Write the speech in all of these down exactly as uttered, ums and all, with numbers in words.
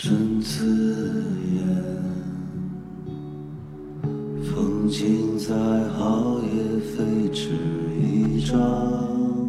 真刺眼，风景再好也非纸一张。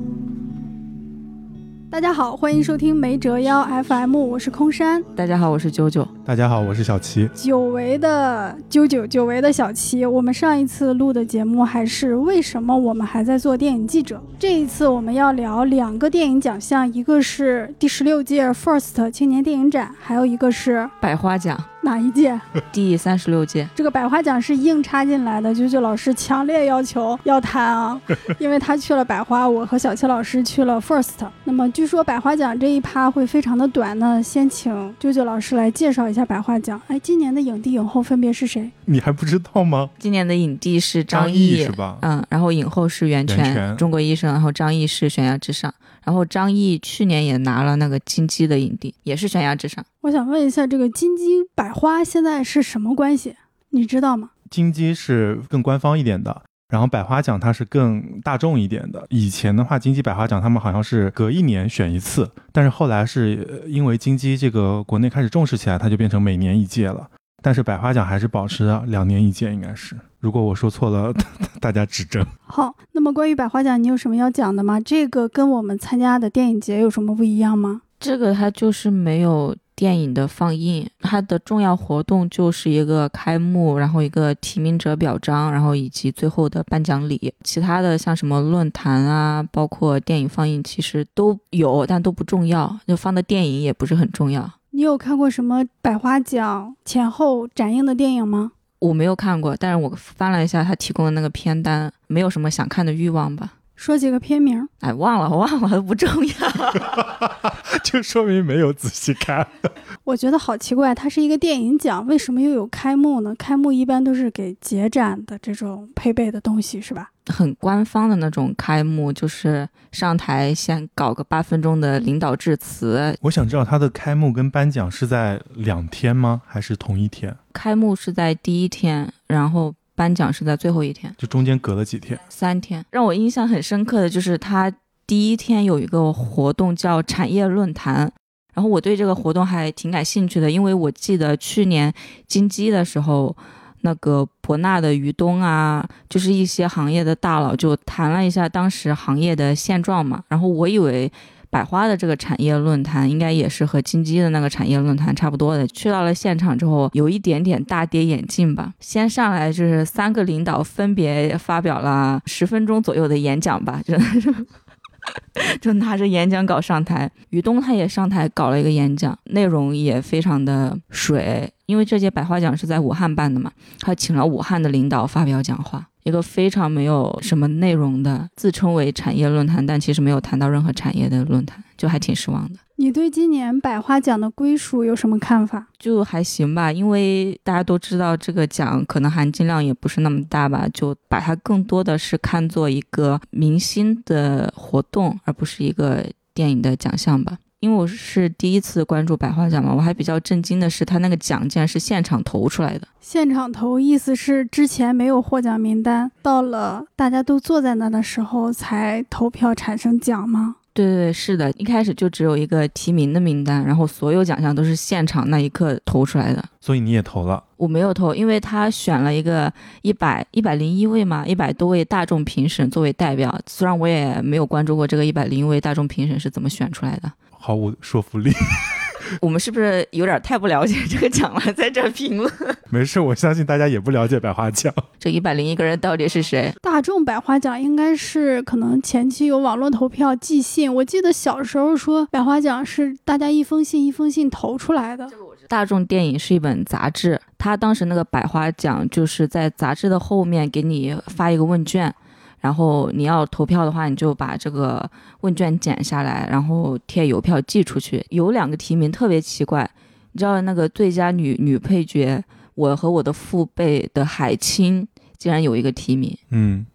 大家好，欢迎收听没折腰 F M， 我是空山。 大家好，我是九九。 大家好，我是小齐。 久违的九九，久违的小齐。我们上一次录的节目还是为什么我们还在做电影记者，这一次我们要聊两个电影奖项，一个是第十六届 First 青年电影展，还有一个是百花奖。 哪一届？ 第三十六届。 这个百花奖是硬插进来的，九九老师强烈要求要谈啊，因为他去了百花，我和小齐老师去了 First。那么据说百花奖这一趴会非常的短呢，先请九九老师来介绍一下百花奖。哎，今年的影帝影后分别是谁？ 你还不知道吗？ 今年的影帝是张译是吧？ 嗯，然后影后是袁泉， 袁泉中国医生，然后张译是悬崖之上。然后张译去年也拿了那个金鸡的影帝，也是悬崖之上。 我想问一下，这个金鸡百花现在是什么关系？你知道吗？ 金鸡是更官方一点的，然后百花奖它是更大众一点的。以前的话，金鸡百花奖他们好像是隔一年选一次，但是后来是因为金鸡这个国内开始重视起来，它就变成每年一届了。但是百花奖还是保持两年一届，应该是。如果我说错了，大家指正。 好，那么关于百花奖，你有什么要讲的吗？这个跟我们参加的电影节有什么不一样吗？ 这个它就是没有电影的放映，它的重要活动就是一个开幕，然后一个提名者表彰，然后以及最后的颁奖礼。其他的像什么论坛啊，包括电影放映，其实都有，但都不重要，就放的电影也不是很重要。 你有看过什么百花奖前后展映的电影吗？ 我没有看过，但是我翻了一下他提供的那个片单，没有什么想看的欲望吧。 说几个片名。 哎，忘了，我忘了，不重要。 就说明没有仔细看。 我觉得好奇怪，它是一个电影奖，为什么又有开幕呢？开幕一般都是给节展的这种配备的东西，是吧？ 很官方的那种开幕，就是上台先搞个八分钟的领导致辞。 我想知道它的开幕跟颁奖是在两天吗？还是同一天？ 开幕是在第一天，然后颁奖是在最后一天， 就中间隔了几天？ 三天。让我印象很深刻的就是他第一天有一个活动叫产业论坛，然后我对这个活动还挺感兴趣的，因为我记得去年金鸡的时候，那个博纳的于东啊，就是一些行业的大佬就谈了一下当时行业的现状嘛，然后我以为百花的这个产业论坛应该也是和金鸡的那个产业论坛差不多的。去到了现场之后，有一点点大跌眼镜吧。先上来就是三个领导分别发表了十分钟左右的演讲吧，真的是就拿着演讲稿上台。于东他也上台搞了一个演讲，内容也非常的水，因为这届百花奖是在武汉办的嘛，他请了武汉的领导发表讲话，一个非常没有什么内容的，自称为产业论坛，但其实没有谈到任何产业的论坛，就还挺失望的。 你对今年百花奖的归属有什么看法？ 就还行吧，因为大家都知道这个奖可能含金量也不是那么大吧，就把它更多的是看作一个明星的活动，而不是一个电影的奖项吧。因为我是第一次关注百花奖嘛，我还比较震惊的是他那个奖竟然是现场投出来的。 现场投意思是之前没有获奖名单，到了大家都坐在那的时候才投票产生奖吗？ 对对对，是的，一开始就只有一个提名的名单，然后所有奖项都是现场那一刻投出来的。 所以你也投了？ 我没有投，因为他选了一个一百一百零一位嘛，一百多位大众评审作为代表。虽然我也没有关注过这个一百零一位大众评审是怎么选出来的， 毫无说服力。 我们是不是有点太不了解这个奖了，在这评论？ 没事，我相信大家也不了解百花奖。 这一百零一个人到底是谁？ 大众百花奖应该是可能前期有网络投票寄信，我记得小时候说百花奖是大家一封信一封信投出来的。 大众电影是一本杂志，他当时那个百花奖就是在杂志的后面给你发一个问卷，然后你要投票的话，你就把这个问卷剪下来，然后贴邮票寄出去。有两个提名特别奇怪，你知道那个最佳女女配角，我和我的父辈的海清竟然有一个提名。 嗯，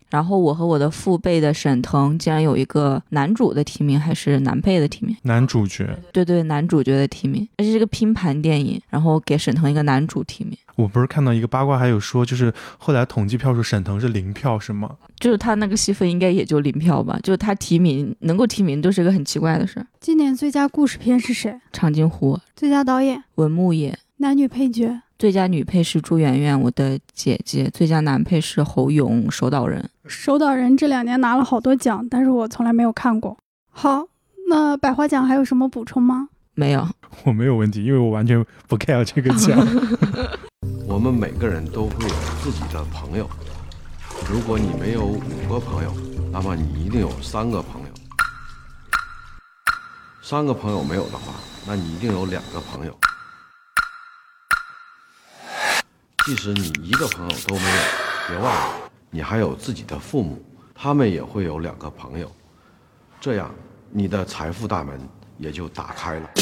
然后我和我的父辈的沈腾竟然有一个男主的提名还是男配的提名， 男主角， 对对，男主角的提名，而且是个拼盘电影，然后给沈腾一个男主提名。 我不是看到一个八卦还有说就是后来统计票数沈腾是零票是吗？ 就是他那个戏份应该也就零票吧，就是他提名能够提名都是一个很奇怪的事。 今年最佳故事片是谁？ 长津湖。 最佳导演文牧野。 男女配角最佳女配是朱媛媛，我的姐姐。最佳男配是侯勇，守岛人。 守岛人这两年拿了好多奖，但是我从来没有看过。好，那百花奖还有什么补充吗？ 没有， 我没有问题，因为我完全不 care 这个奖。 我们每个人都会有自己的朋友，如果你没有五个朋友，那么你一定有三个朋友。三个朋友没有的话，那你一定有两个朋友。即使你一个朋友都没有，别忘了你还有自己的父母，他们也会有两个朋友，这样你的财富大门也就打开了。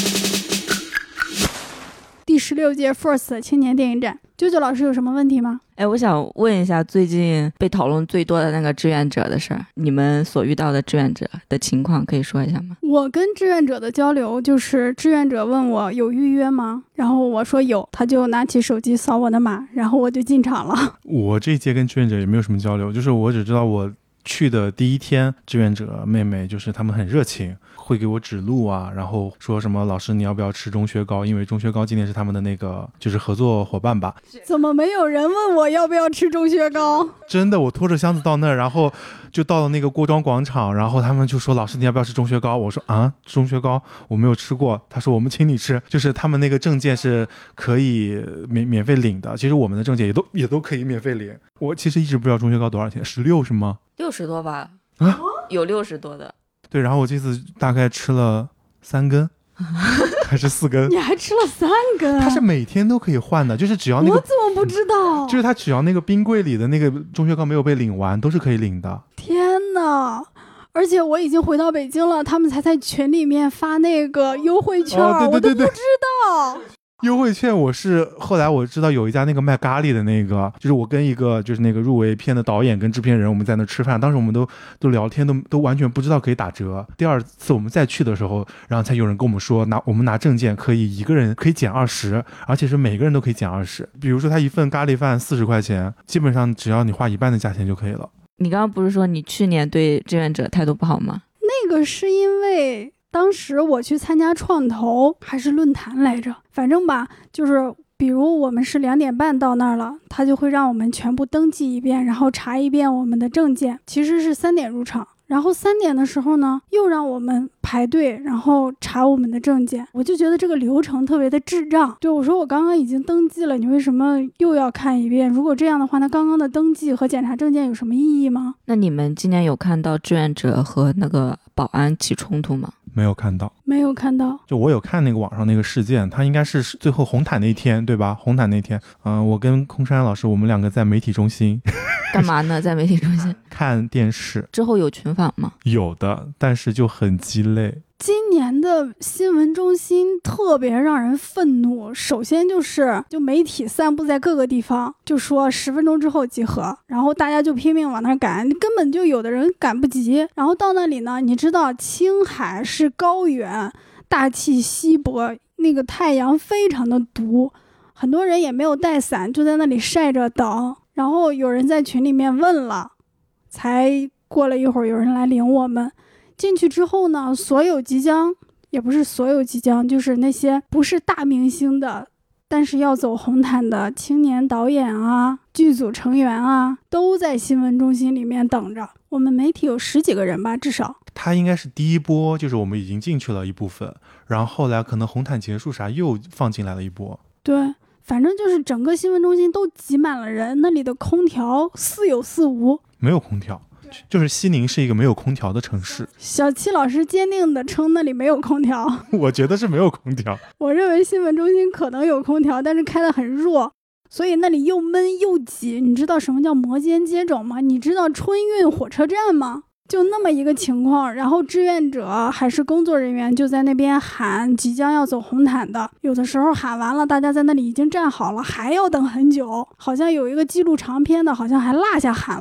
第十六届 First 青年电影展，啾啾老师有什么问题吗？ 哎，我想问一下，最近被讨论最多的那个志愿者的事儿，你们所遇到的志愿者的情况可以说一下吗？ 我跟志愿者的交流就是志愿者问我有预约吗，然后我说有，他就拿起手机扫我的码，然后我就进场了。 我这一届跟志愿者也没有什么交流，就是我只知道我去的第一天，志愿者妹妹就是他们很热情，会给我指路啊，然后说什么老师你要不要吃钟薛高，因为钟薛高今年是他们的那个就是合作伙伴吧。 怎么没有人问我要不要吃钟薛高？ 真的，我拖着箱子到那儿，然后就到了那个郭庄广场，然后他们就说老师你要不要吃钟薛高，我说啊钟薛高我没有吃过，他说我们请你吃，就是他们那个证件是可以免免费领的，其实我们的证件也都也都可以免费领。我其实一直不知道钟薛高多少钱，十六是吗？ 六十多吧， 啊， 有六十多的。 对，然后我这次大概吃了三根还是四根。 你还吃了三根啊？ 它是每天都可以换的，就是只要那个我怎么不知道？ 就是它只要那个冰柜里的那个钟薛高没有被领完都是可以领的。 天哪，而且我已经回到北京了，他们才在群里面发那个优惠券， 哦、对对对对， 我都不知道。 优惠券我是后来我知道有一家那个卖咖喱的那个，就是我跟一个就是那个入围片的导演跟制片人我们在那吃饭，当时我们都都聊天，都都完全不知道可以打折。第二次我们再去的时候，然后才有人跟我们说拿我们拿证件可以一个人可以减二十，而且是每个人都可以减二十。比如说他一份咖喱饭四十块钱，基本上只要你花一半的价钱就可以了。 你刚刚不是说你去年对志愿者态度不好吗？ 那个是因为当时我去参加创投还是论坛来着，反正吧，就是比如我们是两点半到那儿了，他就会让我们全部登记一遍，然后查一遍我们的证件。其实是三点入场，然后三点的时候呢，又让我们排队，然后查我们的证件。我就觉得这个流程特别的智障。对，我说我刚刚已经登记了，你为什么又要看一遍？如果这样的话，那刚刚的登记和检查证件有什么意义吗？ 那你们今年有看到志愿者和那个保安起冲突吗？ 没有看到， 没有看到。 就我有看那个网上那个事件，他应该是最后红毯那天，对吧？红毯那天，嗯、呃，我跟空山老师，我们两个在媒体中心干嘛呢？在媒体中心看电视。 之后有群访吗？ 有的，但是就很鸡肋。 今年的新闻中心特别让人愤怒。首先就是就媒体散布在各个地方，就说十分钟之后集合，然后大家就拼命往那儿赶，根本就有的人赶不及。然后到那里呢，你知道青海是高原，大气稀薄，那个太阳非常的毒，很多人也没有带伞，就在那里晒着等。然后有人在群里面问了，才过了一会儿有人来领我们进去之后呢，所有即将也不是所有即将，就是那些不是大明星的但是要走红毯的青年导演啊、剧组成员啊，都在新闻中心里面等着。我们媒体有十几个人吧，至少。 他应该是第一波，就是我们已经进去了一部分，然后后来可能红毯结束啥又放进来了一波。 对，反正就是整个新闻中心都挤满了人，那里的空调似有似无。 没有空调，就是西宁是一个没有空调的城市。 小七老师坚定地称那里没有空调。 我觉得是没有空调。 我认为新闻中心可能有空调，但是开得很弱，所以那里又闷又挤。你知道什么叫摩肩接踵吗？你知道春运火车站吗？就那么一个情况，然后志愿者还是工作人员就在那边喊即将要走红毯的，有的时候喊完了，大家在那里已经站好了，还要等很久。好像有一个记录长篇的，好像还落下喊了。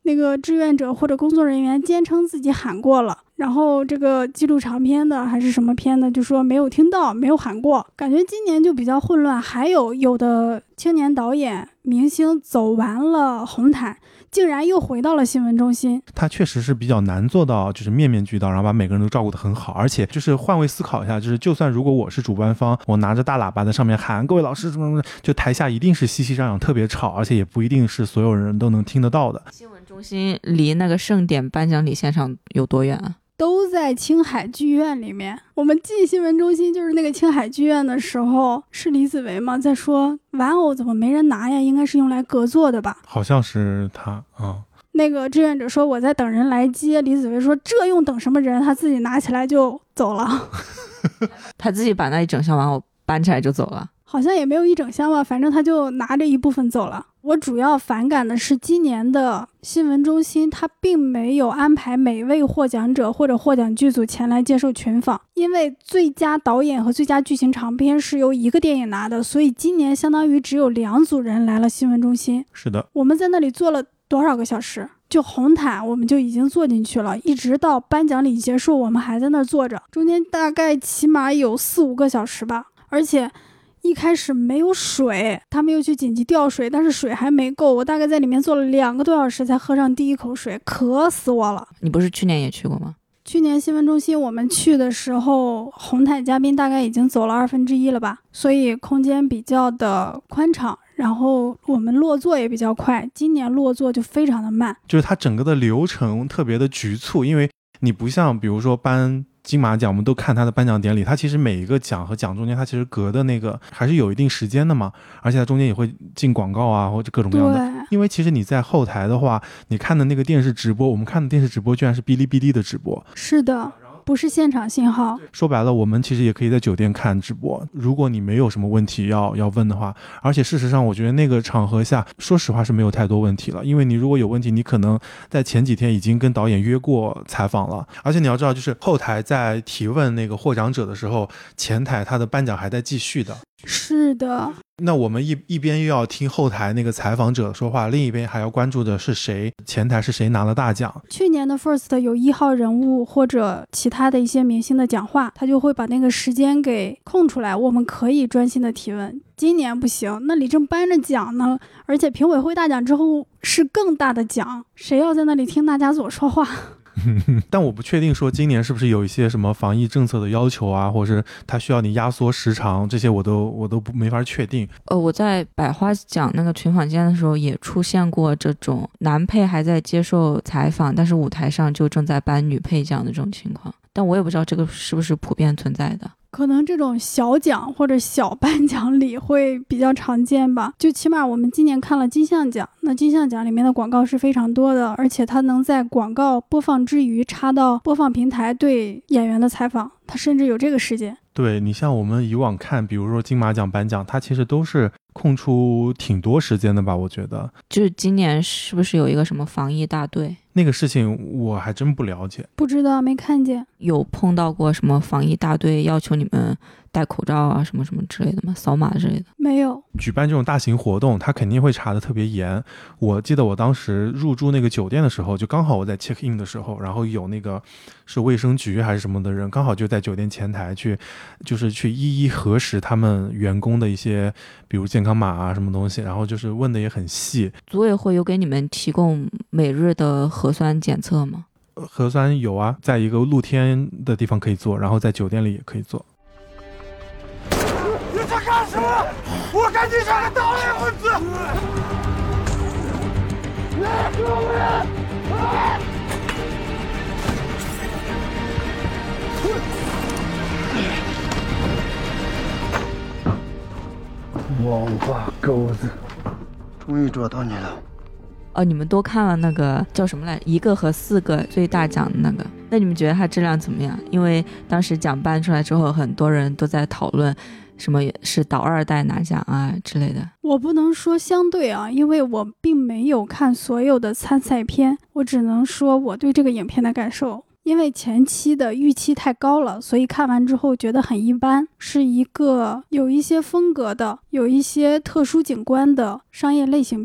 那个志愿者或者工作人员坚称自己喊过了，然后这个记录长片的还是什么片的就说没有听到，没有喊过。感觉今年就比较混乱，还有有的青年导演明星走完了红毯竟然又回到了新闻中心。 他确实是比较难做到就是面面俱到，然后把每个人都照顾得很好。而且就是换位思考一下，就是就算如果我是主办方，我拿着大喇叭在上面喊各位老师什么什么，就台下一定是熙熙攘攘特别吵，而且也不一定是所有人都能听得到的。 新闻中心离那个盛典颁奖礼现场有多远啊？ 都在青海剧院里面。我们进新闻中心就是那个青海剧院的时候，是李子维吗？在说玩偶怎么没人拿呀？应该是用来隔座的吧？ 好像是他啊、嗯。 那个志愿者说我在等人来接，李子维说这用等什么人？他自己拿起来就走了。 他自己把那一整箱玩偶搬起来就走了。 好像也没有一整箱吧，反正他就拿着一部分走了。我主要反感的是今年的新闻中心，他并没有安排每位获奖者或者获奖剧组前来接受群访，因为最佳导演和最佳剧情长片是由一个电影拿的，所以今年相当于只有两组人来了新闻中心。 是的， 我们在那里坐了多少个小时？就红毯我们就已经坐进去了，一直到颁奖礼结束我们还在那儿坐着，中间大概起码有四五个小时吧。而且一开始没有水，他们又去紧急调水，但是水还没够，我大概在里面坐了两个多小时才喝上第一口水，渴死我了。 你不是去年也去过吗？ 去年新闻中心我们去的时候，红毯嘉宾大概已经走了二分之一了吧，所以空间比较的宽敞，然后我们落座也比较快。今年落座就非常的慢， 就是它整个的流程特别的局促，因为你不像比如说颁金马奖，我们都看他的颁奖典礼，他其实每一个奖和奖中间他其实隔的那个还是有一定时间的嘛，而且它中间也会进广告啊或者各种各样的。因为其实你在后台的话，你看的那个电视直播，我们看的电视直播居然是哔哩哔哩的直播。 是的，不是现场信号。 说白了，我们其实也可以在酒店看直播，如果你没有什么问题要要问的话。而且事实上我觉得那个场合下说实话是没有太多问题了，因为你如果有问题，你可能在前几天已经跟导演约过采访了。而且你要知道，就是后台在提问那个获奖者的时候，前台他的颁奖还在继续的。 是的， 那我们一一边又要听后台那个采访者说话，另一边还要关注的是谁，前台是谁拿了大奖。 去年的 First 有一号人物或者其他的一些明星的讲话，他就会把那个时间给空出来，我们可以专心的提问。今年不行，那里正颁着奖呢，而且评委会大奖之后是更大的奖，谁要在那里听大家所说话？ 但我不确定说今年是不是有一些什么防疫政策的要求啊，或者是他需要你压缩时长，这些我都我都不没法确定。 呃，我在百花奖那个群访间的时候也出现过这种男配还在接受采访，但是舞台上就正在颁女配奖的这种情况，但我也不知道这个是不是普遍存在的。 可能这种小奖或者小颁奖礼会比较常见吧，就起码我们今年看了金像奖，那金像奖里面的广告是非常多的，而且它能在广告播放之余插到播放平台对演员的采访，它甚至有这个时间。 对，你像我们以往看比如说金马奖颁奖，它其实都是空出挺多时间的吧，我觉得。 就是今年是不是有一个什么防疫大队？ 那个事情我还真不了解， 不知道，没看见。 有碰到过什么防疫大队要求你们戴口罩啊什么什么之类的吗？扫码之类的？ 没有。 举办这种大型活动他肯定会查得特别严。我记得我当时入住那个酒店的时候，就刚好我在 check in 的时候，然后有那个是卫生局还是什么的人刚好就在酒店前台去就是去一一核实他们员工的一些比如健康码啊什么东西，然后就是问的也很细。 组委会有给你们提供每日的核酸检测吗？ 核酸有啊，在一个露天的地方可以做，然后在酒店里也可以做。 你在干什么？我赶紧上个捣乱分子！来，救命！啊！ 王八钩子，终于抓到你了。 哦，你们都看了那个叫什么来，一个和四个最大奖的那个，那你们觉得它质量怎么样？因为当时奖颁出来之后，很多人都在讨论什么是倒二代拿奖啊之类的。 我不能说相对啊，因为我并没有看所有的参赛片，我只能说我对这个影片的感受。因为前期的预期太高了，所以看完之后觉得很一般，是一个有一些风格的有一些特殊景观的商业类型片。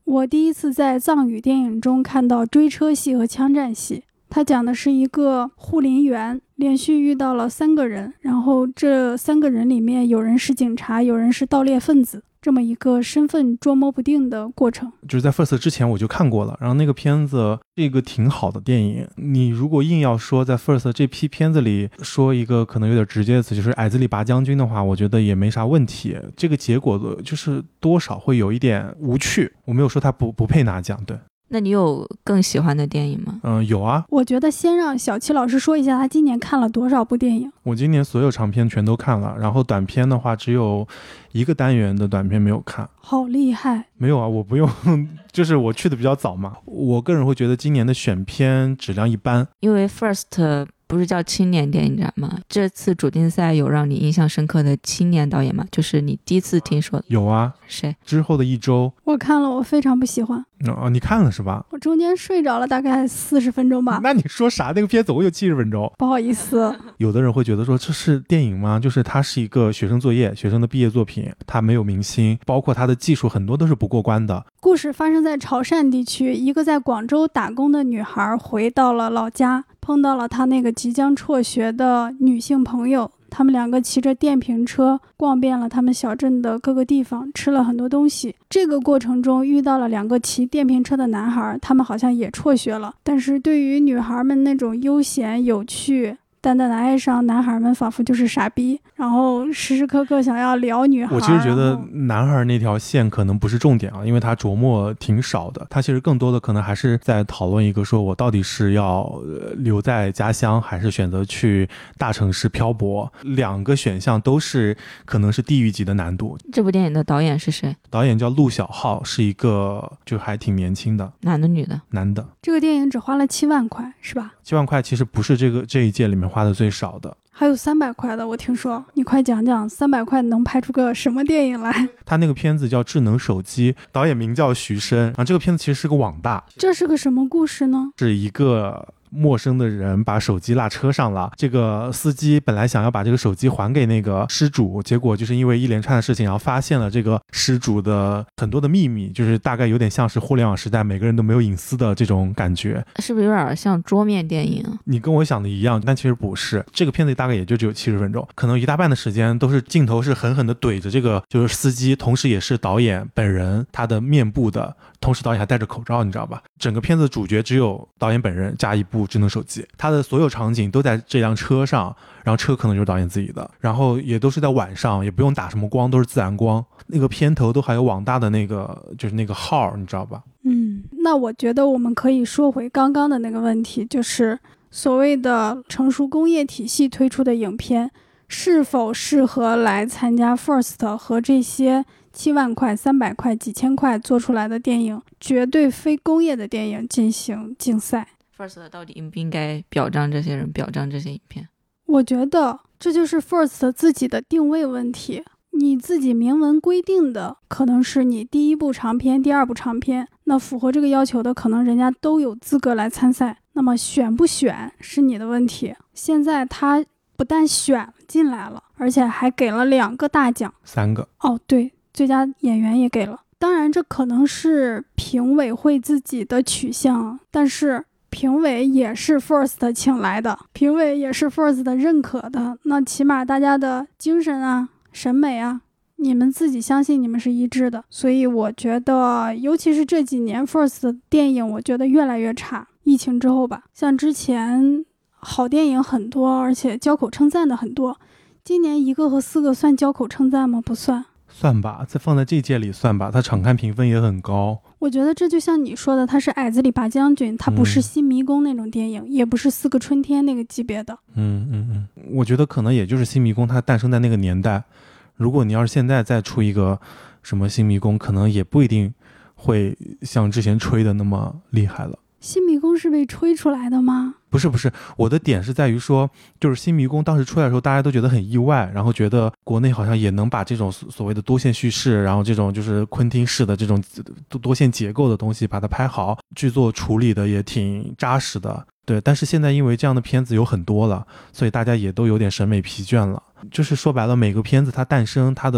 我第一次在藏语电影中看到追车戏和枪战戏。它讲的是一个护林员连续遇到了三个人，然后这三个人里面有人是警察，有人是盗猎分子，这么一个身份捉摸不定的过程。 就是在 First 之前我就看过了，然后那个片子是一个挺好的电影。你如果硬要说在 First 这批片子里说一个可能有点直接的词，就是矮子里拔将军的话，我觉得也没啥问题。这个结果就是多少会有一点无趣，我没有说他不不配拿奖。对， 那你有更喜欢的电影吗？ 嗯，有啊。 我觉得先让小七老师说一下他今年看了多少部电影。 我今年所有长片全都看了，然后短片的话只有一个单元的短片没有看。 好厉害。 没有啊，我不用就是我去的比较早嘛。我个人会觉得今年的选片质量一般。 因为 First 不是叫青年电影展吗？这次主竞赛有让你印象深刻的青年导演吗？就是你第一次听说的。 有啊。 谁？ 之后的一周。 我看了，我非常不喜欢。 哦，你看了是吧？ 我中间睡着了大概四十分钟吧。 那你说啥？那个片总共有七十分钟。 不好意思。 有的人会觉得说这是电影吗？就是它是一个学生作业，学生的毕业作品，它没有明星，包括它的技术很多都是不过关的。 故事发生在潮汕地区，一个在广州打工的女孩回到了老家，碰到了她那个即将辍学的女性朋友。他们两个骑着电瓶车逛遍了他们小镇的各个地方，吃了很多东西。这个过程中遇到了两个骑电瓶车的男孩，他们好像也辍学了，但是对于女孩们那种悠闲有趣淡淡的哀伤，男孩们仿佛就是傻逼，然后时时刻刻想要撩女孩。 我其实觉得男孩那条线可能不是重点啊，因为他琢磨挺少的，他其实更多的可能还是在讨论一个说我到底是要留在家乡还是选择去大城市漂泊，两个选项都是可能是地狱级的难度。 这部电影的导演是谁？ 导演叫陆小浩，是一个就还挺年轻的。 男的女的？ 男的。 这个电影只花了七万块是吧？ 七万块其实不是这个这一届里面花的最少的， 还有三百块的，我听说。你快讲讲三百块能拍出个什么电影来？ 他那个片子叫《智能手机》，导演名叫徐生，然后这个片子其实是个网大。 这是个什么故事呢？ 是一个陌生的人把手机落车上了，这个司机本来想要把这个手机还给那个失主，结果就是因为一连串的事情，然后发现了这个失主的很多的秘密，就是大概有点像是互联网时代每个人都没有隐私的这种感觉。 是不是有点像桌面电影？ 你跟我想的一样，但其实不是。这个片子大概也就只有七十分钟，可能一大半的时间都是镜头是狠狠的怼着这个就是司机，同时也是导演本人他的面部的，同时导演还戴着口罩，你知道吧？整个片子主角只有导演本人加一部智能手机，他的所有场景都在这辆车上，然后车可能就是导演自己的，然后也都是在晚上，也不用打什么光，都是自然光。那个片头都还有网大的那个就是那个号，你知道吧？ 嗯，那我觉得我们可以说回刚刚的那个问题，就是所谓的成熟工业体系推出的影片是否适合来参加 First 和这些七万块、三百块、几千块做出来的电影，绝对非工业的电影进行竞赛。 First 到底应不应该表彰这些人，表彰这些影片？ 我觉得这就是 First 自己的定位问题。你自己明文规定的可能是你第一部长片、第二部长片，那符合这个要求的可能人家都有资格来参赛，那么选不选是你的问题。现在他不但选进来了，而且还给了两个大奖， 三个哦，对，最佳演员也给了。当然这可能是评委会自己的取向，但是评委也是 First 请来的，评委也是 First 认可的，那起码大家的精神啊、审美啊，你们自己相信你们是一致的。所以我觉得尤其是这几年 First 的电影我觉得越来越差，疫情之后吧，像之前好电影很多，而且交口称赞的很多，今年一个和四个算交口称赞吗？不算。 算吧，再放在这届里算吧，它场看评分也很高。 我觉得这就像你说的，它是矮子里拔将军，它不是新迷宫那种电影、嗯、也不是四个春天那个级别的。 嗯嗯嗯，我觉得可能也就是新迷宫它诞生在那个年代，如果你要是现在再出一个什么新迷宫，可能也不一定会像之前吹的那么厉害了。 新迷宫是被吹出来的吗？ 不是不是，我的点是在于说，就是新迷宫当时出来的时候大家都觉得很意外，然后觉得国内好像也能把这种所谓的多线叙事，然后这种就是昆汀式的这种多线结构的东西把它拍好，剧作处理的也挺扎实的。对，但是现在因为这样的片子有很多了，所以大家也都有点审美疲倦了。就是说白了，每个片子它诞生它的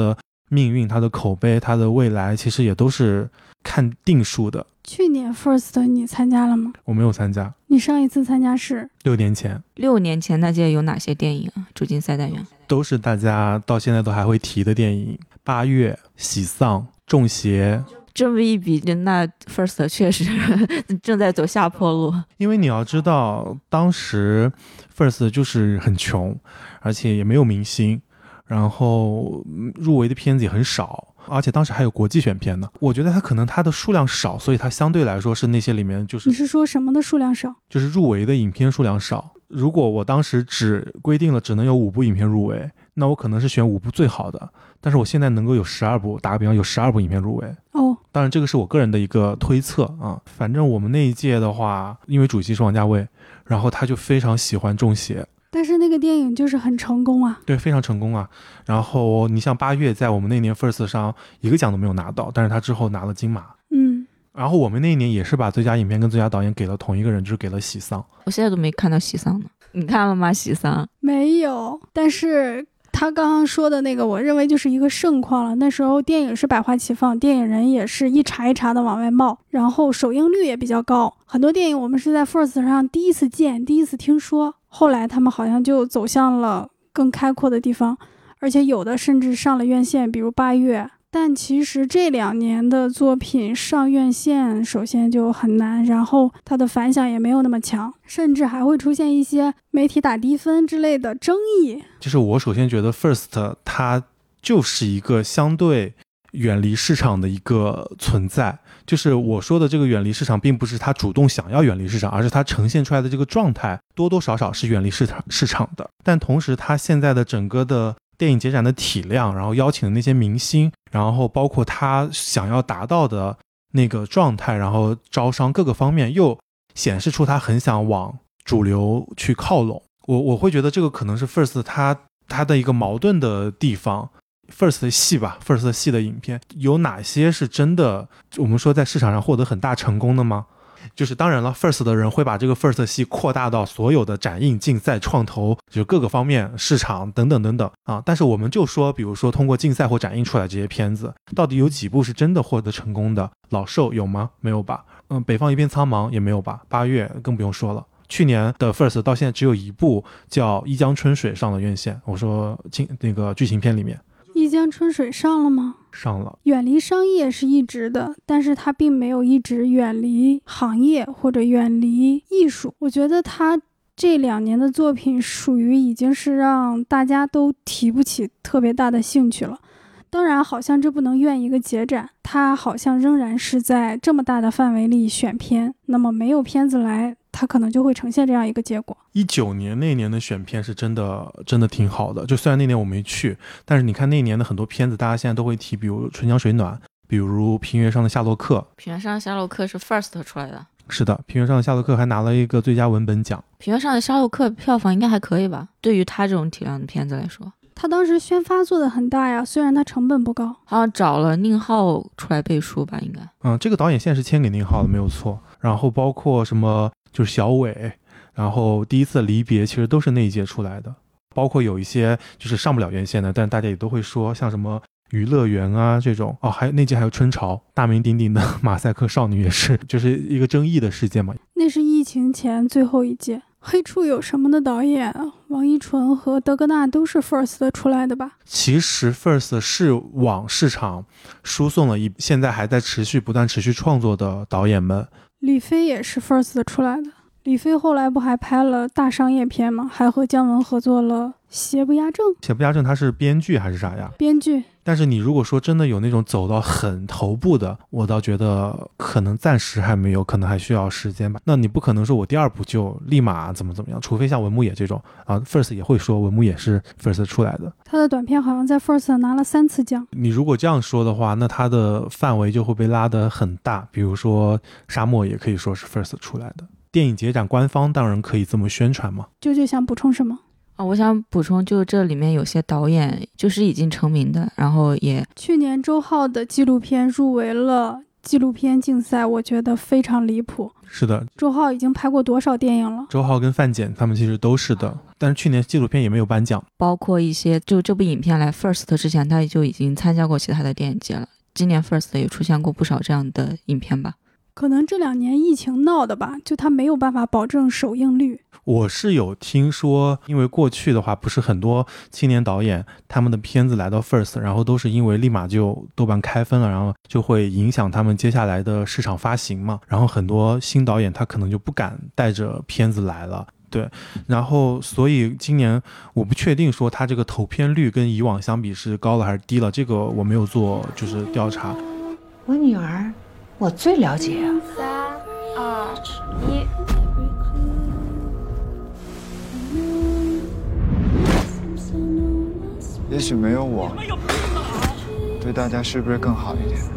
命运、它的口碑、它的未来，其实也都是看定数的。 去年 First 你参加了吗？ 我没有参加。 你上一次参加是六年前。 六年前那届有哪些电影啊？主竞赛单元都是大家到现在都还会提的电影，八月、喜丧、中邪。 这么一比，那 First 确实正在走下坡路。 因为你要知道，当时 First 就是很穷，而且也没有明星，然后入围的片子也很少，而且当时还有国际选片呢。我觉得它可能它的数量少，所以它相对来说是那些里面就是。 你是说什么的数量少？ 就是入围的影片数量少。如果我当时只规定了只能有五部影片入围，那我可能是选五部最好的，但是我现在能够有十二部，打个比方有十二部影片入围。 哦， 当然这个是我个人的一个推测啊。反正我们那一届的话，因为主席是王家卫，然后他就非常喜欢中邪。 但是那个电影就是很成功啊。 对，非常成功啊。然后你像八月在我们那年 First 上一个奖都没有拿到，但是他之后拿了金马。 嗯。 然后我们那一年也是把最佳影片跟最佳导演给了同一个人，就是给了喜丧。 我现在都没看到喜丧呢，你看了吗？喜丧没有，但是他刚刚说的那个我认为就是一个盛况了。那时候电影是百花齐放，电影人也是一茬一茬的往外冒，然后首映率也比较高，很多电影我们是在 First 上第一次见，第一次听说，后来他们好像就走向了更开阔的地方，而且有的甚至上了院线，比如八月。但其实这两年的作品上院线首先就很难，然后它的反响也没有那么强，甚至还会出现一些媒体打低分之类的争议。 就是我首先觉得 First 它就是一个相对远离市场的一个存在，就是我说的这个远离市场并不是他主动想要远离市场，而是他呈现出来的这个状态多多少少是远离市场市场的。但同时他现在的整个的电影节展的体量，然后邀请的那些明星，然后包括他想要达到的那个状态，然后招商各个方面又显示出他很想往主流去靠拢。我我会觉得这个可能是 First 他他的一个矛盾的地方。First 的戏吧 First 的戏的影片有哪些是真的我们说在市场上获得很大成功的吗？就是当然了 First 的人会把这个 First 戏扩大到所有的展映、竞赛、创投，就是各个方面市场等等等等啊。但是我们就说比如说通过竞赛或展映出来这些片子，到底有几部是真的获得成功的？老兽有吗？没有吧。嗯，北方一片苍茫也没有吧。八月更不用说了。去年的 First 到现在只有一部叫一江春水上了院线，我说那个剧情片里面一江春水上了吗？ 上了。 远离商业是一直的，但是它并没有一直远离行业或者远离艺术。我觉得他这两年的作品属于已经是让大家都提不起特别大的兴趣了。当然好像这不能怨一个节展，它好像仍然是在这么大的范围里选片，那么没有片子来，它可能就会呈现这样一个结果。 一九年那年的选片是真的真的挺好的，就虽然那年我没去，但是你看那年的很多片子大家现在都会提，比如春江水暖，比如平原上的夏洛克。 平原上的夏洛克是 First 出来的。 是的，平原上的夏洛克还拿了一个最佳文本奖。 平原上的夏洛克票房应该还可以吧，对于他这种体量的片子来说。 他当时宣发做的很大呀，虽然他成本不高， 好像找了宁浩出来背书吧，应该。 嗯，这个导演现在是签给宁浩的，没有错。然后包括什么就是小伟，然后第一次离别其实都是那一届出来的，包括有一些就是上不了院线的，但大家也都会说，像什么娱乐园啊这种。哦，还有那届还有春潮，大名鼎鼎的马赛克少女也是，就是一个争议的事件嘛。 那是疫情前最后一届。黑处有什么的导演王一纯和德格纳都是 First 出来的吧？ 其实 First 是往市场输送了一现在还在持续不断持续创作的导演们。 李飞也是 First 出来的，李飞后来不还拍了大商业片吗？还和姜文合作了邪不压正。 邪不压正他是编剧还是啥呀？ 编剧。 但是你如果说真的有那种走到很头部的，我倒觉得可能暂时还没有，可能还需要时间吧。那你不可能说我第二部就立马怎么怎么样，除非像文牧野这种啊 First 也会说文牧野是 First 出来的。 他的短片好像在 First 拿了三次奖。 你如果这样说的话，那他的范围就会被拉得很大，比如说沙漠也可以说是 First 出来的。电影节展官方当然可以这么宣传嘛。 舅舅想补充什么？ 啊、哦，我想补充，就这里面有些导演就是已经成名的，然后也去年周浩的纪录片入围了纪录片竞赛，我觉得非常离谱。 是的， 周浩已经拍过多少电影了？ 周浩跟范简他们其实都是的。 但是去年纪录片也没有颁奖， 包括一些就这部影片来 First 之前，他就已经参加过其他的电影节了。今年 First 也出现过不少这样的影片吧。 可能这两年疫情闹的吧，就他没有办法保证首映率。 我是有听说，因为过去的话不是很多青年导演他们的片子来到 First， 然后都是因为立马就豆瓣开分了，然后就会影响他们接下来的市场发行嘛，然后很多新导演他可能就不敢带着片子来了。对，然后所以今年我不确定说他这个投片率跟以往相比是高了还是低了，这个我没有做就是调查。 我女儿我最了解啊。 三二一。 也许没有我，对大家是不是更好一点？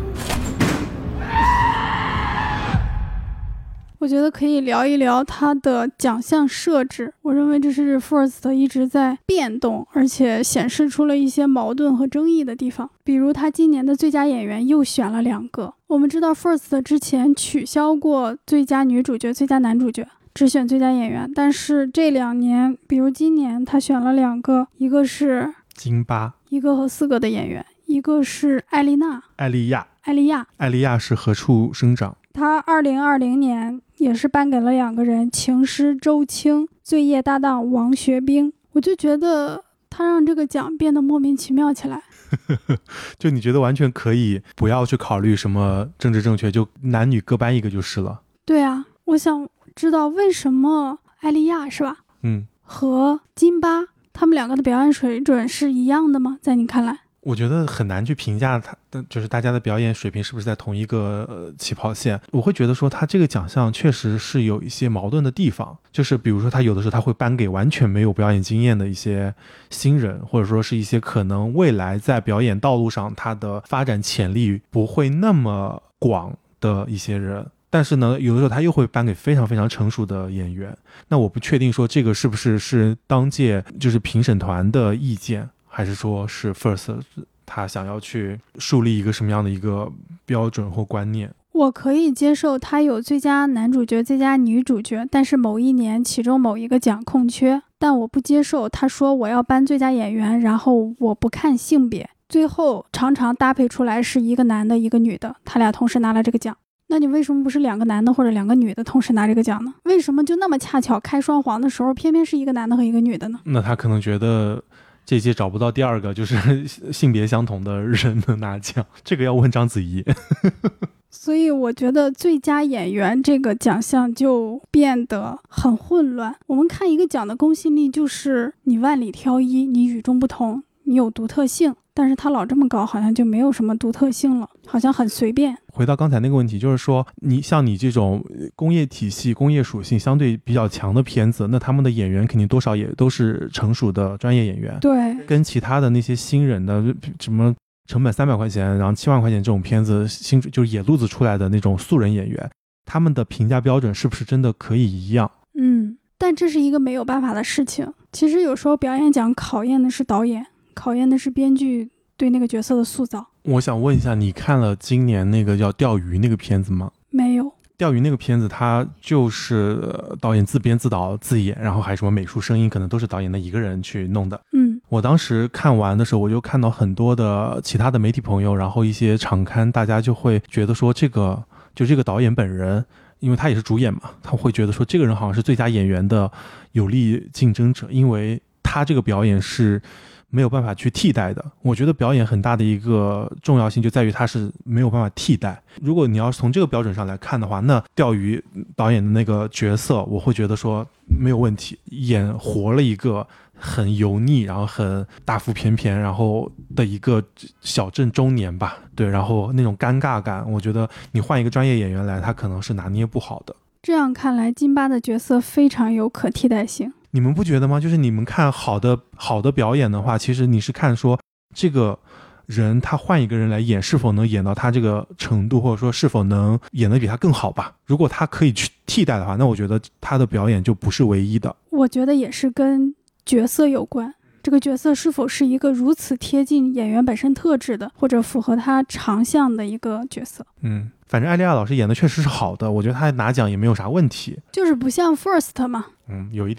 我觉得可以聊一聊它的奖项设置，我认为这是 First 一直在变动，而且显示出了一些矛盾和争议的地方。比如他今年的最佳演员又选了两个，我们知道 First 之前取消过最佳女主角、最佳男主角，只选最佳演员，但是这两年，比如今年他选了两个，一个是金巴， 一个和四个的演员，一个是艾丽娜艾丽亚艾丽亚艾丽亚是何处生长， 他二零二零年也是颁给了两个人，情诗周青、醉夜搭档王学兵。我就觉得他让这个奖变得莫名其妙起来。 就你觉得完全可以不要去考虑什么政治正确，就男女各颁一个就是了。 对啊，我想知道为什么艾丽亚是吧？ 嗯， 和金巴他们两个的表演水准是一样的吗？在你看来？ 我觉得很难去评价他的，就是大家的表演水平是不是在同一个、呃、起跑线。我会觉得说他这个奖项确实是有一些矛盾的地方，就是比如说他有的时候他会颁给完全没有表演经验的一些新人，或者说是一些可能未来在表演道路上他的发展潜力不会那么广的一些人，但是呢有的时候他又会颁给非常非常成熟的演员。那我不确定说这个是不是是当届就是评审团的意见，还是说是 First 他想要去树立一个什么样的一个标准或观念。 我可以接受他有最佳男主角、最佳女主角，但是某一年其中某一个奖空缺，但我不接受他说我要颁最佳演员，然后我不看性别，最后常常搭配出来是一个男的一个女的，他俩同时拿了这个奖。那你为什么不是两个男的或者两个女的同时拿这个奖呢？为什么就那么恰巧开双簧的时候偏偏是一个男的和一个女的呢？ 那他可能觉得这届找不到第二个就是性别相同的人能拿奖，这个要问章子怡。 所以我觉得最佳演员这个奖项就变得很混乱。我们看一个奖的公信力，就是你万里挑一，你与众不同，你有独特性，但是他老这么搞，好像就没有什么独特性了，好像很随便。 回到刚才那个问题，就是说你像你这种工业体系工业属性相对比较强的片子，那他们的演员肯定多少也都是成熟的专业演员， 对， 跟其他的那些新人的什么成本三百块钱然后七万块钱这种片子新就是野路子出来的那种素人演员，他们的评价标准是不是真的可以一样？ 嗯，但这是一个没有办法的事情。其实有时候表演奖考验的是导演，考验的是编剧对那个角色的塑造。 我想问一下，你看了今年那个叫钓鱼那个片子吗？ 没有。 钓鱼那个片子它就是导演自编自导自演，然后还什么美术声音可能都是导演的一个人去弄的。 嗯， 我当时看完的时候，我就看到很多的其他的媒体朋友，然后一些场刊，大家就会觉得说这个就这个导演本人，因为他也是主演嘛，他会觉得说这个人好像是最佳演员的有力竞争者，因为他这个表演是没有办法去替代的。我觉得表演很大的一个重要性就在于它是没有办法替代。如果你要从这个标准上来看的话，那钓鱼导演的那个角色我会觉得说没有问题，演活了一个很油腻然后很大腹便便然后的一个小镇中年吧，对，然后那种尴尬感，我觉得你换一个专业演员来他可能是拿捏不好的。 这样看来金巴的角色非常有可替代性。 你们不觉得吗？就是你们看好的好的表演的话，其实你是看说这个人他换一个人来演是否能演到他这个程度，或者说是否能演得比他更好吧。如果他可以去替代的话，那我觉得他的表演就不是唯一的。 我觉得也是跟角色有关，这个角色是否是一个如此贴近演员本身特质的，或者符合他长项的一个角色。 嗯，反正艾丽亚老师演的确实是好的，我觉得他拿奖也没有啥问题， 就是不像 First 嘛。 嗯，有一点吧。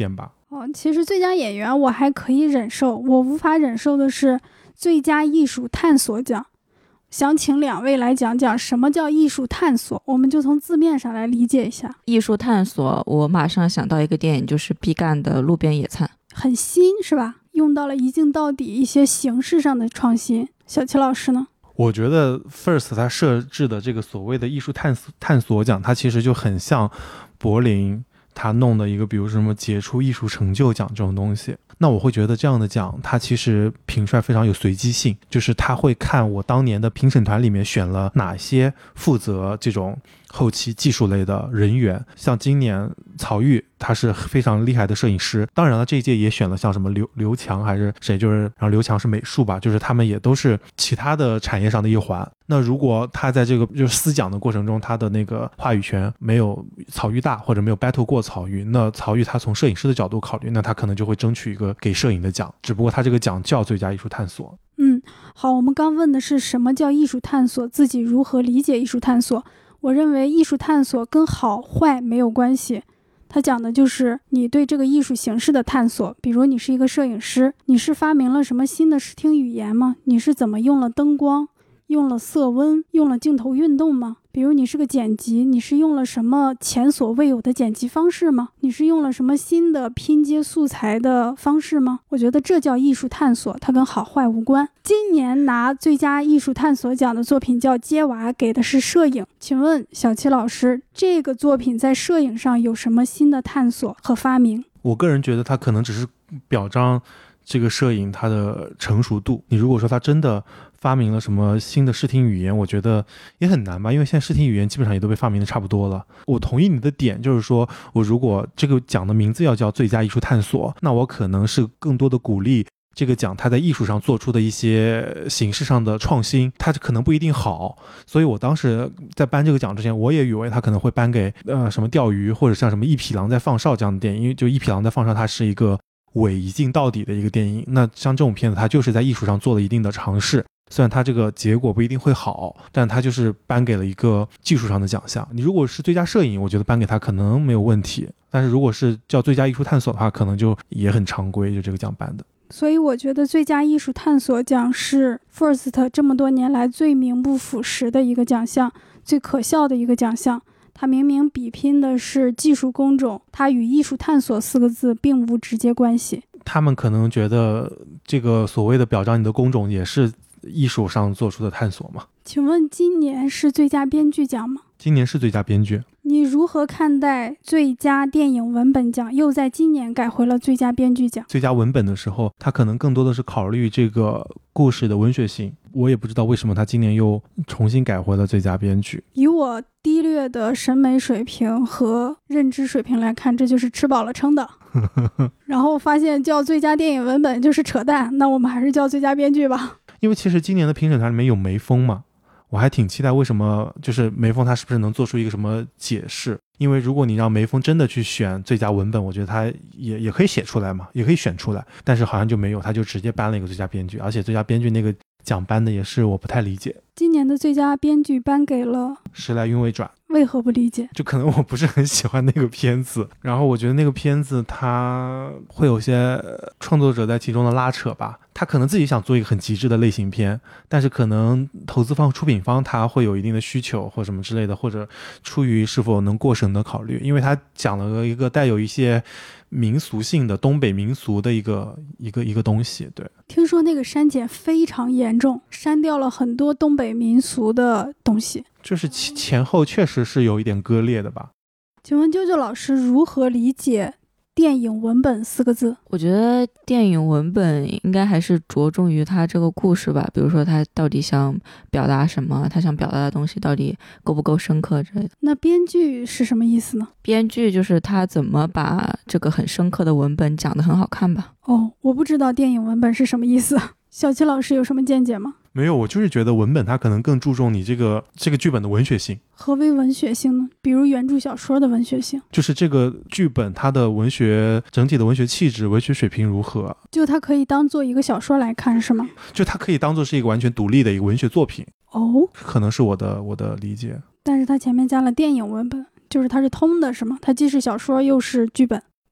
哦，其实最佳演员我还可以忍受，我无法忍受的是最佳艺术探索奖。想请两位来讲讲什么叫艺术探索，我们就从字面上来理解一下。 艺术探索，我马上想到一个电影，就是毕赣的《路边野餐》， 很新是吧？用到了一镜到底一些形式上的创新。小齐老师呢？ 我觉得 First 它设置的这个所谓的艺术探索探索奖，它其实就很像柏林他弄的一个比如什么杰出艺术成就奖这种东西。那我会觉得这样的奖它其实评出来非常有随机性，就是他会看我当年的评审团里面选了哪些负责这种后期技术类的人员。像今年曹郁他是非常厉害的摄影师，当然了这一届也选了像什么刘刘强还是谁，就是然后刘强是美术吧，就是他们也都是其他的产业上的一环。那如果他在这个就是撕奖的过程中他的那个话语权没有曹郁大，或者没有 battle 过曹郁，那曹郁他从摄影师的角度考虑，那他可能就会争取一个给摄影的奖，只不过他这个奖叫最佳艺术探索。 嗯，好，我们刚问的是什么叫艺术探索，自己如何理解艺术探索。我认为艺术探索跟好坏没有关系，它讲的就是你对这个艺术形式的探索。比如你是一个摄影师，你是发明了什么新的视听语言吗？你是怎么用了灯光，用了色温，用了镜头运动吗？比如你是个剪辑，你是用了什么前所未有的剪辑方式吗？你是用了什么新的拼接素材的方式吗？我觉得这叫艺术探索，它跟好坏无关。今年拿最佳艺术探索奖的作品叫《街娃》，给的是摄影。请问小齐老师，这个作品在摄影上有什么新的探索和发明？ 我个人觉得它可能只是表彰这个摄影它的成熟度。你如果说它真的发明了什么新的视听语言，我觉得也很难吧，因为现在视听语言基本上也都被发明的差不多了。我同意你的点，就是说我如果这个奖的名字要叫最佳艺术探索，那我可能是更多的鼓励这个奖它在艺术上做出的一些形式上的创新，它可能不一定好。所以我当时在颁这个奖之前，我也以为它可能会颁给呃什么钓鱼，或者像什么一匹狼在放哨这样的电影，因为就一匹狼在放哨它是一个伪一镜到底的一个电影。那像这种片子它就是在艺术上做了一定的尝试，虽然它这个结果不一定会好，但它就是颁给了一个技术上的奖项。你如果是最佳摄影，我觉得颁给它可能没有问题，但是如果是叫最佳艺术探索的话，可能就也很常规，就这个奖颁的。 所以我觉得最佳艺术探索奖是 First 这么多年来最名不副实的一个奖项，最可笑的一个奖项。它明明比拼的是技术工种，它与艺术探索四个字并无直接关系。 他们可能觉得这个所谓的表彰你的工种也是艺术上做出的探索嘛。 请问今年是最佳编剧奖吗？ 今年是最佳编剧。 你如何看待最佳电影文本奖又在今年改回了最佳编剧奖？ 最佳文本的时候，他可能更多的是考虑这个故事的文学性，我也不知道为什么他今年又重新改回了最佳编剧。 以我低劣的审美水平和认知水平来看，这就是吃饱了撑的然后发现叫最佳电影文本就是扯淡，那我们还是叫最佳编剧吧。 因为其实今年的评审团里面有梅峰嘛，我还挺期待为什么就是梅峰他是不是能做出一个什么解释。因为如果你让梅峰真的去选最佳文本，我觉得他也也可以写出来嘛，也可以选出来，但是好像就没有，他就直接颁了一个最佳编剧，而且最佳编剧那个奖颁的也是我不太理解。 今年的最佳编剧颁给了时来运未转， 为何不理解？ 就可能我不是很喜欢那个片子，然后我觉得那个片子它会有些创作者在其中的拉扯吧，他可能自己想做一个很极致的类型片，但是可能投资方出品方他会有一定的需求或什么之类的，或者出于是否能过审的考虑，因为他讲了一个带有一些民俗性的东北民俗的一个一个一个东西。对， 听说那个删减非常严重，删掉了很多东北民俗的东西， 就是前后确实是有一点割裂的吧。 请问啾啾老师如何理解电影文本四个字？ 我觉得电影文本应该还是着重于他这个故事吧，比如说他到底想表达什么，他想表达的东西到底够不够深刻之类的。 那编剧是什么意思呢？ 编剧就是他怎么把这个很深刻的文本讲得很好看吧。 哦，我不知道电影文本是什么意思，小齐老师有什么见解吗？ 没有，我就是觉得文本它可能更注重你这个这个剧本的文学性。 何为文学性呢？比如原著小说的文学性， 就是这个剧本它的文学整体的文学气质、文学水平如何， 就它可以当做一个小说来看是吗？ 就它可以当做是一个完全独立的一个文学作品。 哦， 可能是我的我的理解。 但是它前面加了电影文本，就是它是通的是吗？它既是小说又是剧本。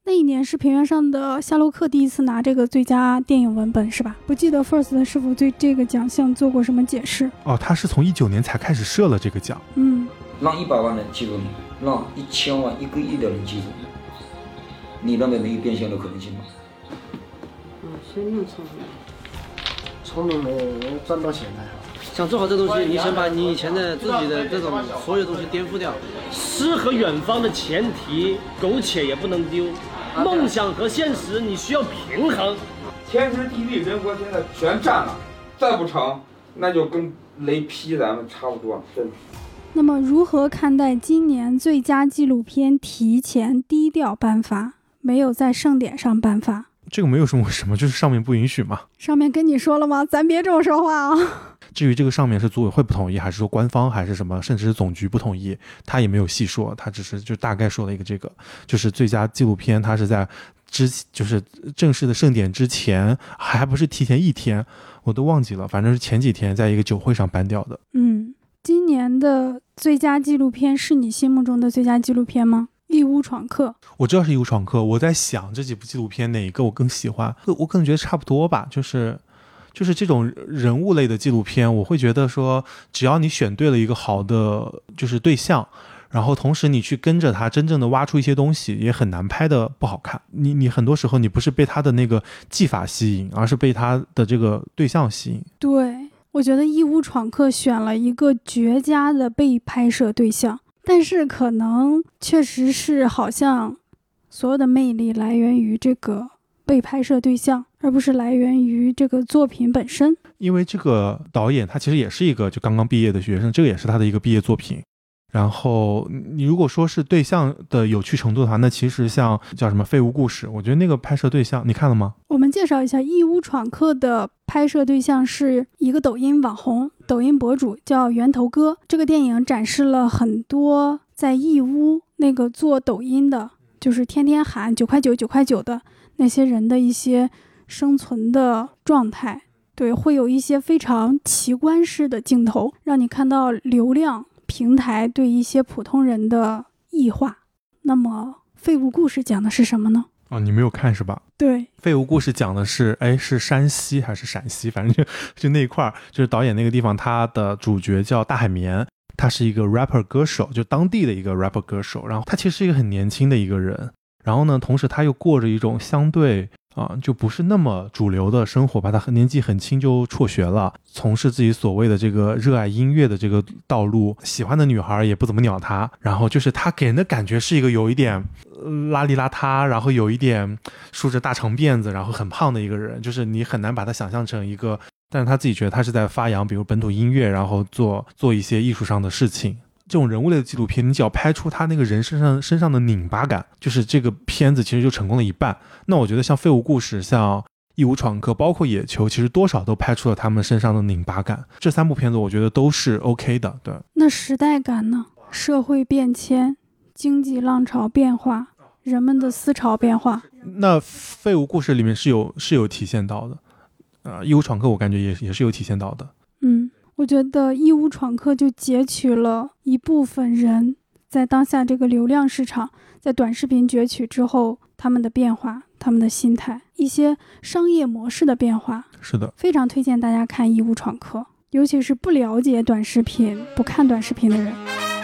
那一年是平原上的夏洛克第一次拿这个最佳电影文本是吧？不记得 First 是否对这个奖项做过什么解释？ 哦，他是从一九年才开始设了这个奖。 嗯， 让一百万人记住你，让一千万、一个亿的人记住你，你认为没有变现的可能性吗？ 嗯，先用聪明，聪明没有赚到钱才好。想做好这东西，你先把你以前的自己的这种所有东西颠覆掉。诗和远方的前提，苟且也不能丢。梦想和现实，你需要平衡。 天时地利人和现在全占了，再不成，那就跟雷劈咱们差不多，真的。 那么，如何看待今年最佳纪录片提前低调颁发，没有在盛典上颁发？ 这个没有什么什么，就是上面不允许嘛。 上面跟你说了吗？咱别这么说话啊。 至于这个上面是组委会不同意，还是说官方，还是什么，甚至是总局不同意，他也没有细说，他只是就大概说了一个这个，就是最佳纪录片，他是在之就是正式的盛典之前，还不是提前一天，我都忘记了，反正是前几天在一个酒会上颁掉的。 嗯，今年的最佳纪录片是你心目中的最佳纪录片吗？义乌闯客， 我知道是义乌闯客，我在想这几部纪录片哪一个我更喜欢，我可能觉得差不多吧，就是就是这种人物类的纪录片，我会觉得说只要你选对了一个好的就是对象，然后同时你去跟着他真正的挖出一些东西，也很难拍的不好看。你你很多时候你不是被他的那个技法吸引，而是被他的这个对象吸引。 对，我觉得义乌闯客选了一个绝佳的被拍摄对象，但是可能确实是好像所有的魅力来源于这个被拍摄对象，而不是来源于这个作品本身。 因为这个导演他其实也是一个就刚刚毕业的学生，这个也是他的一个毕业作品。然后你如果说是对象的有趣程度的话，那其实像叫什么废物故事，我觉得那个拍摄对象你看了吗？ 我们介绍一下，义乌闯客的拍摄对象是一个抖音网红，抖音博主叫源头哥。这个电影展示了很多在义乌那个做抖音的，就是天天喊九块九九块九的那些人的一些生存的状态。对，会有一些非常奇观式的镜头，让你看到流量平台对一些普通人的异化。那么废物故事讲的是什么呢？ 哦，你没有看是吧？ 对， 废物故事讲的是，哎，是山西还是陕西？反正就就那一块，就是导演那个地方，他的主角叫大海绵，他是一个 rapper 歌手，就当地的一个 rapper 歌手。然后他其实是一个很年轻的一个人，然后呢，同时他又过着一种相对啊、呃，就不是那么主流的生活吧。他年纪很轻就辍学了，从事自己所谓的这个热爱音乐的这个道路，喜欢的女孩也不怎么鸟他。然后就是他给人的感觉是一个有一点邋里邋遢，然后有一点梳着大长辫子，然后很胖的一个人，就是你很难把他想象成一个，但是他自己觉得他是在发扬比如本土音乐，然后做做一些艺术上的事情。这种人物类的纪录片，你只要拍出他那个人身上身上的拧巴感，就是这个片子其实就成功了一半。那我觉得像废物故事，像义乌闯客，包括野球，其实多少都拍出了他们身上的拧巴感。这三部片子我觉得都是 OK 的。对， 那时代感呢？社会变迁，经济浪潮变化，人们的思潮变化， 那废物故事里面是有是有体现到的。呃，义乌闯客我感觉也也是有体现到的。 嗯，我觉得义乌闯客就截取了一部分人在当下这个流量市场，在短视频攫取之后他们的变化，他们的心态，一些商业模式的变化。 是的， 非常推荐大家看义乌闯客，尤其是不了解短视频不看短视频的人。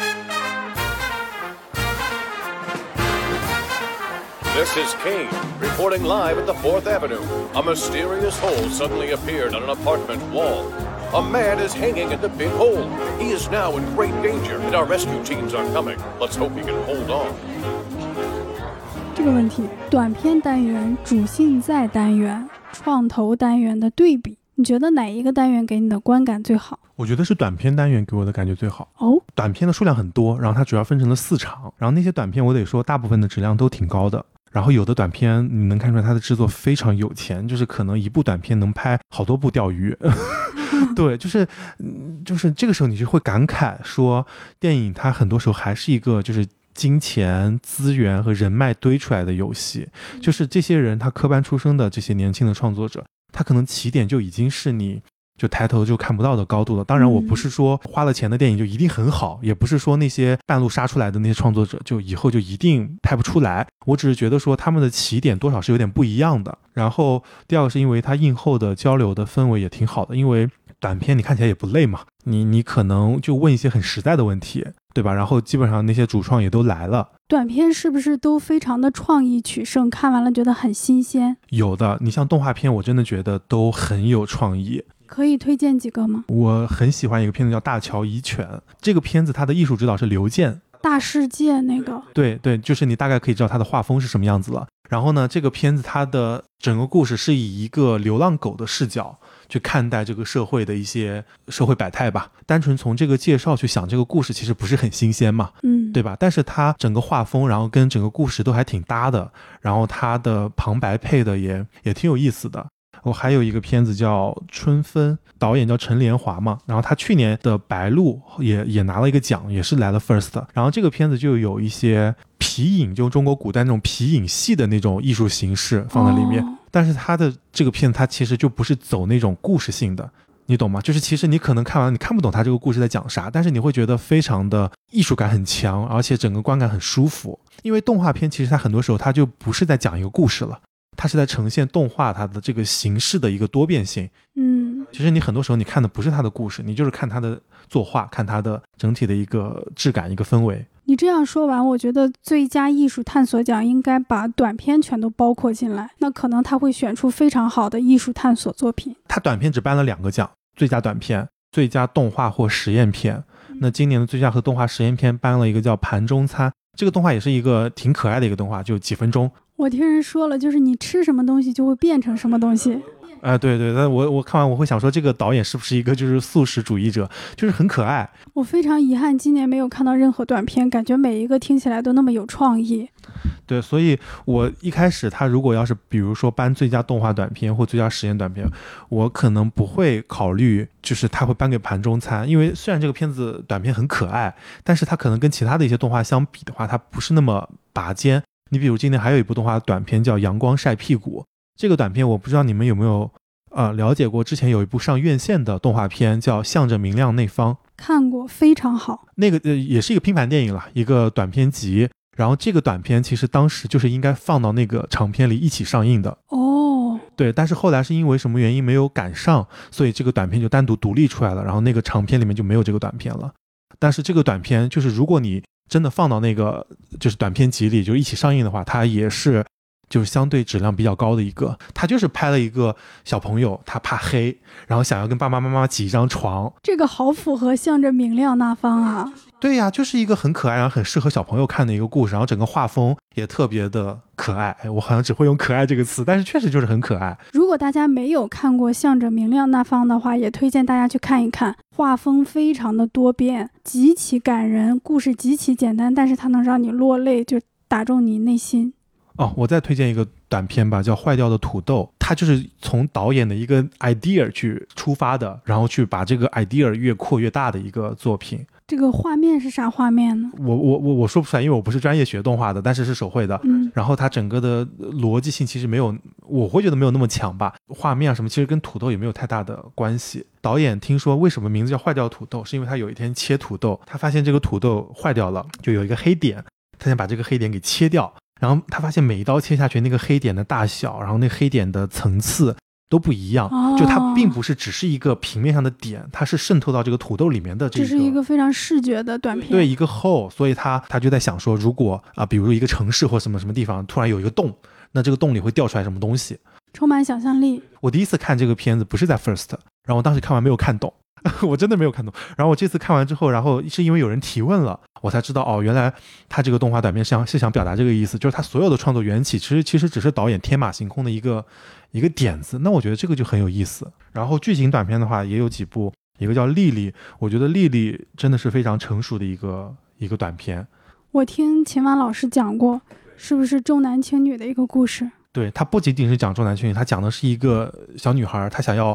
This is Kane, reporting live at the fourth Avenue. A mysterious hole suddenly appeared on an apartment wall. A man is hanging in the big hole. He is now in great danger, and our rescue teams are coming. Let's hope he can hold on. 这个问题，短片单元、主信在单元、创投单元的对比，你觉得哪一个单元给你的观感最好？ 我觉得是短片单元给我的感觉最好哦。 短片的数量很多，然后它主要分成了四场，然后那些短片我得说大部分的质量都挺高的。然后有的短片你能看出来它的制作非常有钱，就是可能一部短片能拍好多部钓鱼对，就是就是这个时候你就会感慨说，电影它很多时候还是一个就是金钱资源和人脉堆出来的游戏。就是这些人他科班出身的这些年轻的创作者，他可能起点就已经是你就抬头就看不到的高度了。当然我不是说花了钱的电影就一定很好，也不是说那些半路杀出来的那些创作者就以后就一定拍不出来，我只是觉得说他们的起点多少是有点不一样的。然后第二个是因为它映后的交流的氛围也挺好的，因为短片你看起来也不累嘛，你你可能就问一些很实在的问题，对吧？然后基本上那些主创也都来了。 短片是不是都非常的创意取胜，看完了觉得很新鲜？ 有的，你像动画片我真的觉得都很有创意。 可以推荐几个吗？ 我很喜欢一个片子叫《大乔遗犬》，这个片子它的艺术指导是刘健， 大世界那个。 对对，就是你大概可以知道它的画风是什么样子了。然后呢，这个片子它的整个故事是以一个流浪狗的视角去看待这个社会的一些社会百态吧。单纯从这个介绍去想这个故事其实不是很新鲜嘛， 嗯， 对吧？但是它整个画风然后跟整个故事都还挺搭的，然后它的旁白配的也也挺有意思的。我还有一个片子叫《春分》，导演叫陈连华嘛，然后他去年的《白鹿》也也拿了一个奖，也是来了 first。然后这个片子就有一些皮影，就中国古代那种皮影戏的那种艺术形式放在里面，哦、但是他的这个片子他其实就不是走那种故事性的，你懂吗？就是其实你可能看完你看不懂他这个故事在讲啥，但是你会觉得非常的艺术感很强，而且整个观感很舒服。因为动画片其实它很多时候它就不是在讲一个故事了，它是在呈现动画它的这个形式的一个多变性。 嗯， 其实你很多时候你看的不是它的故事，你就是看它的作画，看它的整体的一个质感一个氛围。 你这样说完，我觉得最佳艺术探索奖应该把短片全都包括进来，那可能他会选出非常好的艺术探索作品。 他短片只颁了两个奖，最佳短片、最佳动画或实验片。那今年的最佳和动画实验片颁了一个叫《盘中餐》，这个动画也是一个挺可爱的一个动画，就几分钟。 我听人说了，就是你吃什么东西就会变成什么东西。 哎、呃，对对，但我我看完我会想说，这个导演是不是一个就是素食主义者，就是很可爱。 我非常遗憾今年没有看到任何短片，感觉每一个听起来都那么有创意。 对，所以我一开始他如果要是比如说颁最佳动画短片或最佳实验短片，我可能不会考虑就是他会颁给盘中餐，因为虽然这个片子短片很可爱，但是他可能跟其他的一些动画相比的话，它不是那么拔尖。你比如今年还有一部动画短片叫《阳光晒屁股》，这个短片我不知道你们有没有呃了解过，之前有一部上院线的动画片叫《向着明亮那方》， 看过，非常好。 那个、呃、也是一个拼盘电影了，一个短片集。然后这个短片其实当时就是应该放到那个长片里一起上映的哦， 对，但是后来是因为什么原因没有赶上，所以这个短片就单独独立出来了，然后那个长片里面就没有这个短片了。但是这个短片就是如果你真的放到那个就是短片集里就一起上映的话，它也是就是相对质量比较高的一个。他就是拍了一个小朋友，他怕黑，然后想要跟爸爸妈妈挤一张床， 这个好符合向着明亮那方啊。 对呀，就是一个很可爱然后很适合小朋友看的一个故事，然后整个画风也特别的可爱。我好像只会用可爱这个词，但是确实就是很可爱。 如果大家没有看过向着明亮那方的话，也推荐大家去看一看，画风非常的多变，极其感人，故事极其简单，但是它能让你落泪，就打中你内心。 哦，我再推荐一个短片吧，叫《坏掉的土豆》，它就是从导演的一个 idea 去出发的，然后去把这个 idea 越扩越大的一个作品。 这个画面是啥画面呢？ 我我我我说不出来，因为我不是专业学动画的，但是是手绘的。 嗯， 然后它整个的逻辑性其实没有，我会觉得没有那么强吧。画面啊什么，其实跟土豆也没有太大的关系。导演听说为什么名字叫坏掉土豆，是因为他有一天切土豆，他发现这个土豆坏掉了，就有一个黑点，他想把这个黑点给切掉。然后他发现每一刀切下去那个黑点的大小，然后那个黑点的层次都不一样、哦、就它并不是只是一个平面上的点，它是渗透到这个土豆里面的这个， 这是一个非常视觉的短片， 对，一个hole。所以他他就在想说，如果啊、呃，比如一个城市或什么什么地方突然有一个洞，那这个洞里会掉出来什么东西， 充满想象力。 我第一次看这个片子不是在 First， 然后我当时看完没有看懂我真的没有看懂。然后我这次看完之后，然后是因为有人提问了，我才知道哦，原来他这个动画短片是想是想表达这个意思，就是他所有的创作缘起其实其实只是导演天马行空的一个一个点子。那我觉得这个就很有意思。然后剧情短片的话也有几部，一个叫莉莉，我觉得莉莉真的是非常成熟的一个一个短片。 我听秦晚老师讲过，是不是重男轻女的一个故事？ 对，它不仅仅是讲重男轻女，它讲的是一个小女孩，她想要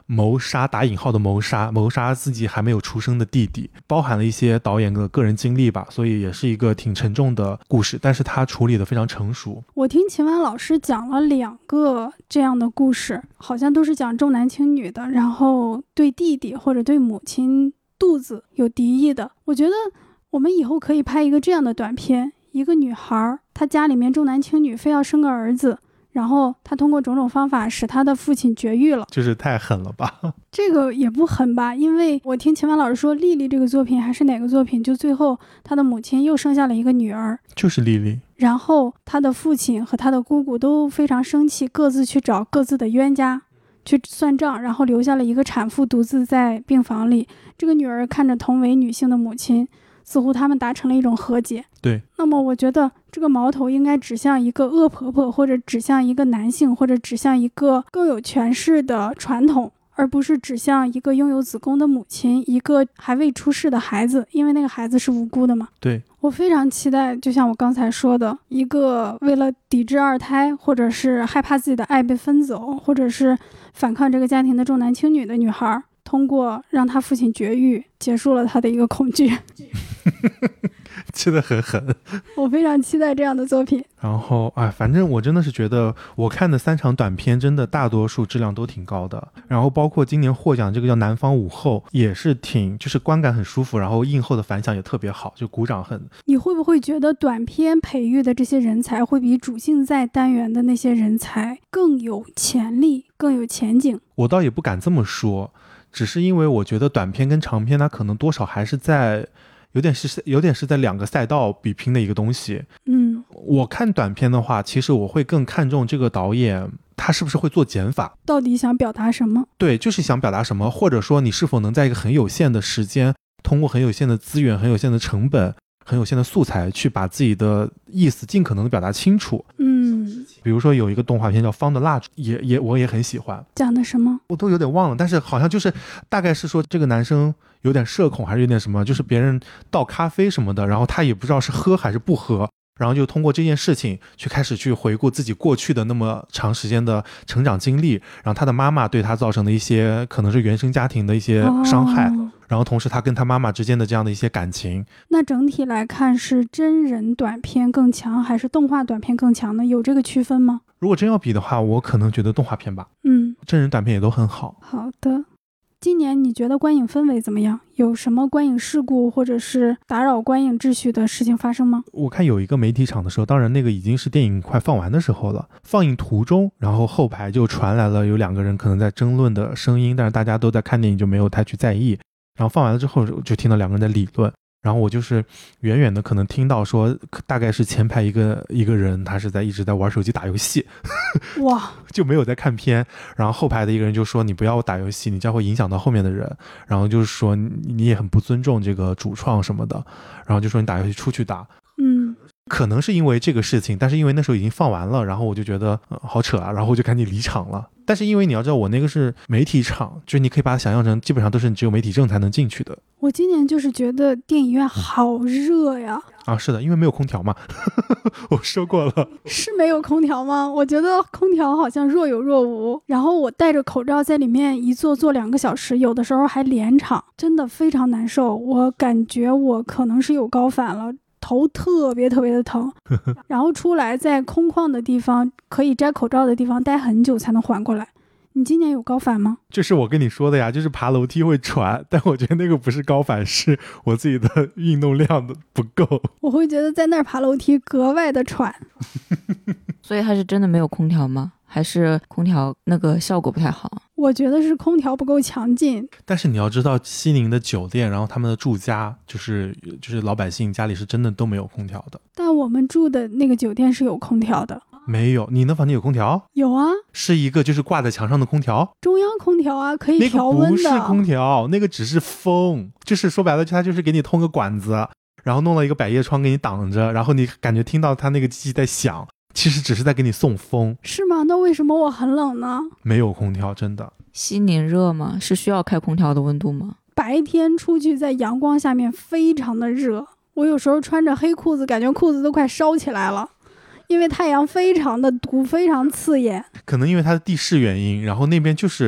谋杀打引号的谋杀谋杀自己还没有出生的弟弟，包含了一些导演的个人经历吧，所以也是一个挺沉重的故事，但是他处理的非常成熟。 我听秦岚老师讲了两个这样的故事，好像都是讲重男轻女的，然后对弟弟或者对母亲肚子有敌意的。我觉得我们以后可以拍一个这样的短片，一个女孩她家里面重男轻女，非要生个儿子，然后她通过种种方法使她的父亲绝育了。 就是太狠了吧。 这个也不狠吧，因为我听秦岚老师说丽丽这个作品还是哪个作品，就最后她的母亲又生下了一个女儿， 就是丽丽， 然后她的父亲和她的姑姑都非常生气，各自去找各自的冤家去算账，然后留下了一个产妇独自在病房里。这个女儿看着同为女性的母亲，似乎他们达成了一种和解。 对， 那么我觉得这个矛头应该指向一个恶婆婆，或者指向一个男性，或者指向一个更有权势的传统，而不是指向一个拥有子宫的母亲，一个还未出世的孩子，因为那个孩子是无辜的嘛。 对， 我非常期待，就像我刚才说的，一个为了抵制二胎，或者是害怕自己的爱被分走，或者是反抗这个家庭的重男轻女的女孩，通过让她父亲绝育，结束了她的一个恐惧。 真的很狠。 我非常期待这样的作品。 然后哎，反正我真的是觉得我看的三场短片真的大多数质量都挺高的，然后包括今年获奖这个叫南方午后也是挺就是观感很舒服，然后映后的反响也特别好，就鼓掌很。 你会不会觉得短片培育的这些人才会比主竞赛单元的那些人才更有潜力更有前景？ 我倒也不敢这么说，只是因为我觉得短片跟长片它可能多少还是在有点是有点是在两个赛道比拼的一个东西。 嗯， 我看短片的话，其实我会更看重这个导演他是不是会做减法， 到底想表达什么。 对，就是想表达什么，或者说你是否能在一个很有限的时间，通过很有限的资源，很有限的成本，很有限的素材，去把自己的意思尽可能的表达清楚。 嗯， 比如说有一个动画片叫《Found Large》，也也我也很喜欢。 讲的什么我都有点忘了，但是好像就是大概是说这个男生有点社恐还是有点什么，就是别人倒咖啡什么的，然后他也不知道是喝还是不喝，然后就通过这件事情去开始去回顾自己过去的那么长时间的成长经历，然后他的妈妈对他造成的一些可能是原生家庭的一些伤害、哦、然后同时他跟他妈妈之间的这样的一些感情。 那整体来看是真人短片更强还是动画短片更强呢？有这个区分吗？ 如果真要比的话，我可能觉得动画片吧。 嗯， 真人短片也都很好。 好的。今年你觉得观影氛围怎么样？有什么观影事故或者是打扰观影秩序的事情发生吗？ 我看有一个媒体场的时候，当然那个已经是电影快放完的时候了，放映途中，然后后排就传来了有两个人可能在争论的声音，但是大家都在看电影，就没有太去在意。然后放完了之后就听到两个人在理论，然后我就是远远的可能听到说大概是前排一个一个人他是在一直在玩手机打游戏， 哇， 就没有在看片。然后后排的一个人就说你不要打游戏，你将会影响到后面的人，然后就是说你也很不尊重这个主创什么的，然后就说你打游戏出去打。 嗯， 可能是因为这个事情，但是因为那时候已经放完了，然后我就觉得、呃、好扯啊，然后我就赶紧离场了。但是因为你要知道我那个是媒体场，就是你可以把它想象成基本上都是只有媒体证才能进去的。 我今年就是觉得电影院好热呀。 啊，是的，因为没有空调嘛。我说过了。 是没有空调吗？我觉得空调好像若有若无，然后我戴着口罩在里面一坐坐两个小时，有的时候还连场，真的非常难受。我感觉我可能是有高反了，头特别特别的疼，然后出来在空旷的地方可以摘口罩的地方待很久才能缓过来。你今年有高反吗？ 就是我跟你说的呀，就是爬楼梯会喘，但我觉得那个不是高反，是我自己的运动量的不够。 我会觉得在那儿爬楼梯格外的喘。 所以它是真的没有空调吗？还是空调那个效果不太好？ 我觉得是空调不够强劲。 但是你要知道西宁的酒店，然后他们的住家就是就是老百姓家里是真的都没有空调的。 但我们住的那个酒店是有空调的。 没有，你那房间有空调？ 有啊，是一个就是挂在墙上的空调， 中央空调啊，可以调温的。 那个不是空调，那个只是风，就是说白了它就是给你通个管子，然后弄了一个百叶窗给你挡着，然后你感觉听到它那个机器在响，其实只是在给你送风。 是吗？那为什么我很冷呢？ 没有空调，真的。 西宁热吗？是需要开空调的温度吗？ 白天出去在阳光下面非常的热，我有时候穿着黑裤子感觉裤子都快烧起来了，因为太阳非常的毒，非常刺眼。 可能因为它的地势原因，然后那边就是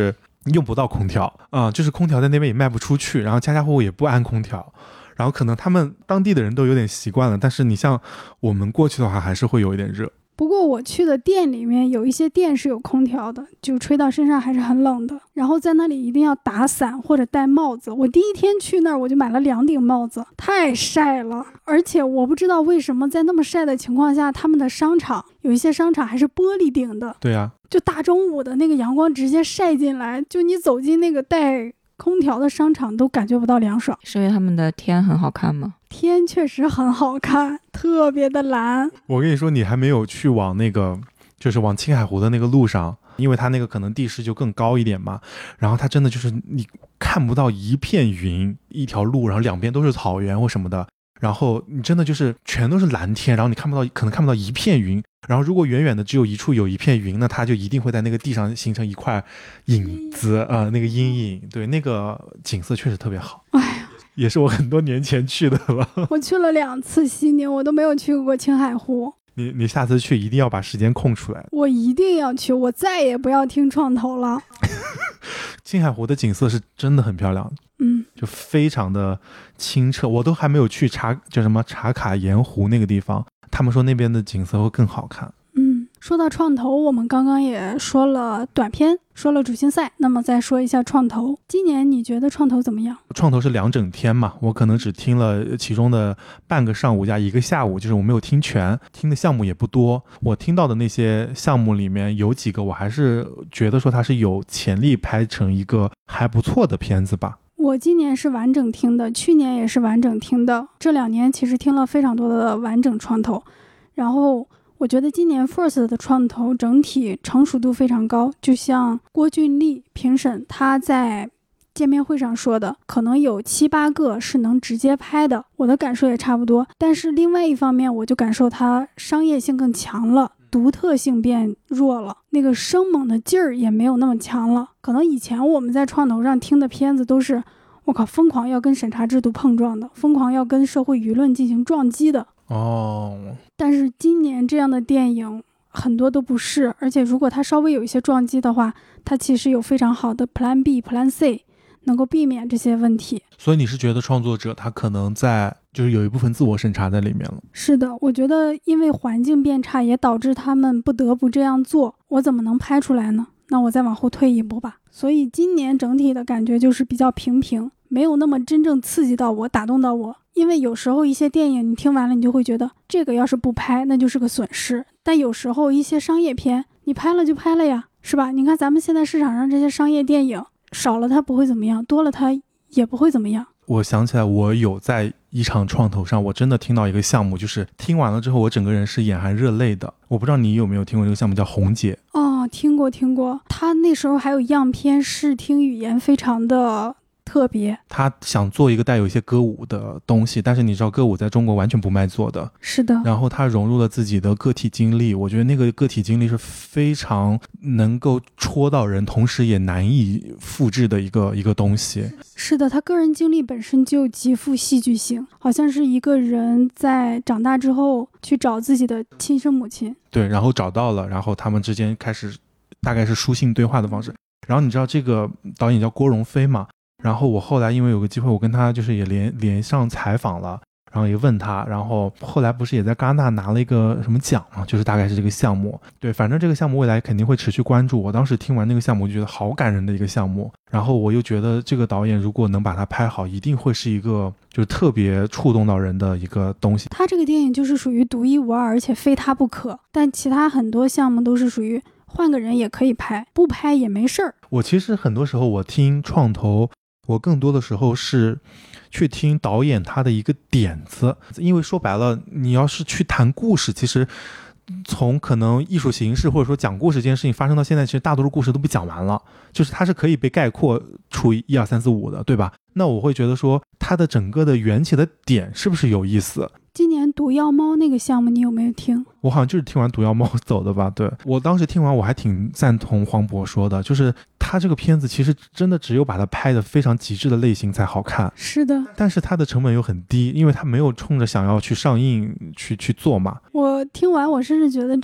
用不到空调啊、呃，就是空调在那边也卖不出去，然后家家户户也不安空调，然后可能他们当地的人都有点习惯了，但是你像我们过去的话还是会有一点热。 不过我去的店里面有一些店是有空调的，就吹到身上还是很冷的，然后在那里一定要打伞或者戴帽子。我第一天去那儿我就买了两顶帽子，太晒了，而且我不知道为什么在那么晒的情况下，他们的商场有一些商场还是玻璃顶的。 对啊， 就大中午的那个阳光直接晒进来，就你走进那个带空调的商场都感觉不到凉爽。 是因为他们的天很好看吗？ 天确实很好看，特别的蓝。 我跟你说，你还没有去往那个就是往青海湖的那个路上，因为它那个可能地势就更高一点嘛，然后它真的就是你看不到一片云，一条路，然后两边都是草原或什么的，然后你真的就是全都是蓝天，然后你看不到，可能看不到一片云，然后如果远远的只有一处有一片云，那它就一定会在那个地上形成一块影子啊、呃，那个阴影。对，那个景色确实特别好。 哎呀， 也是我很多年前去的了。 我去了两次西宁，我都没有去过青海湖。 你你下次去一定要把时间空出来。 我一定要去，我再也不要听创投了。 青海湖的景色是真的很漂亮， 嗯， 就非常的清澈。我都还没有去查叫什么茶卡盐湖那个地方，他们说那边的景色会更好看。 嗯，说到创投，我们刚刚也说了短片，说了主竞赛，那么再说一下创投。今年你觉得创投怎么样？ 创投是两整天嘛，我可能只听了其中的半个上午加一个下午，就是我没有听全，听的项目也不多。我听到的那些项目里面有几个我还是觉得说它是有潜力拍成一个还不错的片子吧。 我今年是完整听的，去年也是完整听的，这两年其实听了非常多的完整创投。然后我觉得今年 First 的创投整体成熟度非常高，就像郭俊丽评审他在见面会上说的，可能有七八个是能直接拍的，我的感受也差不多。但是另外一方面，我就感受它商业性更强了，独特性变弱了，那个生猛的劲儿也没有那么强了。可能以前我们在创投上听的片子都是我靠疯狂要跟审查制度碰撞的，疯狂要跟社会舆论进行撞击的哦。 但是今年这样的电影很多都不是，而且如果它稍微有一些撞击的话，它其实有非常好的 Plan B、Plan C 能够避免这些问题。 所以你是觉得创作者他可能在就是有一部分自我审查在里面了？ 是的，我觉得因为环境变差也导致他们不得不这样做，我怎么能拍出来呢？那我再往后退一步吧。所以今年整体的感觉就是比较平平，没有那么真正刺激到我，打动到我。因为有时候一些电影你听完了你就会觉得这个要是不拍那就是个损失，但有时候一些商业片你拍了就拍了呀，是吧？你看咱们现在市场上这些商业电影，少了它不会怎么样，多了它也不会怎么样。 我想起来，我有在一场创投上，我真的听到一个项目，就是听完了之后我整个人是眼含热泪的。我不知道你有没有听过这个项目，叫红姐。 哦，听过听过，他那时候还有样片，视听语言非常的特别。 他想做一个带有一些歌舞的东西，但是你知道歌舞在中国完全不卖座的。 是的。 然后他融入了自己的个体经历，我觉得那个个体经历是非常能够戳到人，同时也难以复制的一个一个东西。 是的，他个人经历本身就极富戏剧性，好像是一个人在长大之后去找自己的亲生母亲。 对，然后找到了，然后他们之间开始大概是书信对话的方式。然后你知道这个导演叫郭荣飞嘛？然后我后来因为有个机会，我跟他就是也连连上采访了，然后也问他，然后后来不是也在戛纳拿了一个什么奖嘛，就是大概是这个项目。对，反正这个项目未来肯定会持续关注。我当时听完那个项目就觉得好感人的一个项目，然后我又觉得这个导演如果能把它拍好，一定会是一个就是特别触动到人的一个东西。 他这个电影就是属于独一无二，而且非他不可，但其他很多项目都是属于换个人也可以拍，不拍也没事儿。 我其实很多时候我听创投，我更多的时候是去听导演他的一个点子，因为说白了，你要是去谈故事，其实从可能艺术形式或者说讲故事这件事情发生到现在，其实大多数故事都被讲完了，就是它是可以被概括出一二三四五的，对吧？那我会觉得说它的整个的缘起的点是不是有意思？ 今年毒药猫那个项目你有没有听？ 我好像就是听完毒药猫走的吧。对，我当时听完我还挺赞同黄渤说的，就是他这个片子其实真的只有把它拍的非常极致的类型才好看。 是的， 但是它的成本又很低，因为它没有冲着想要去上映去去做嘛。 我听完我甚至觉得这个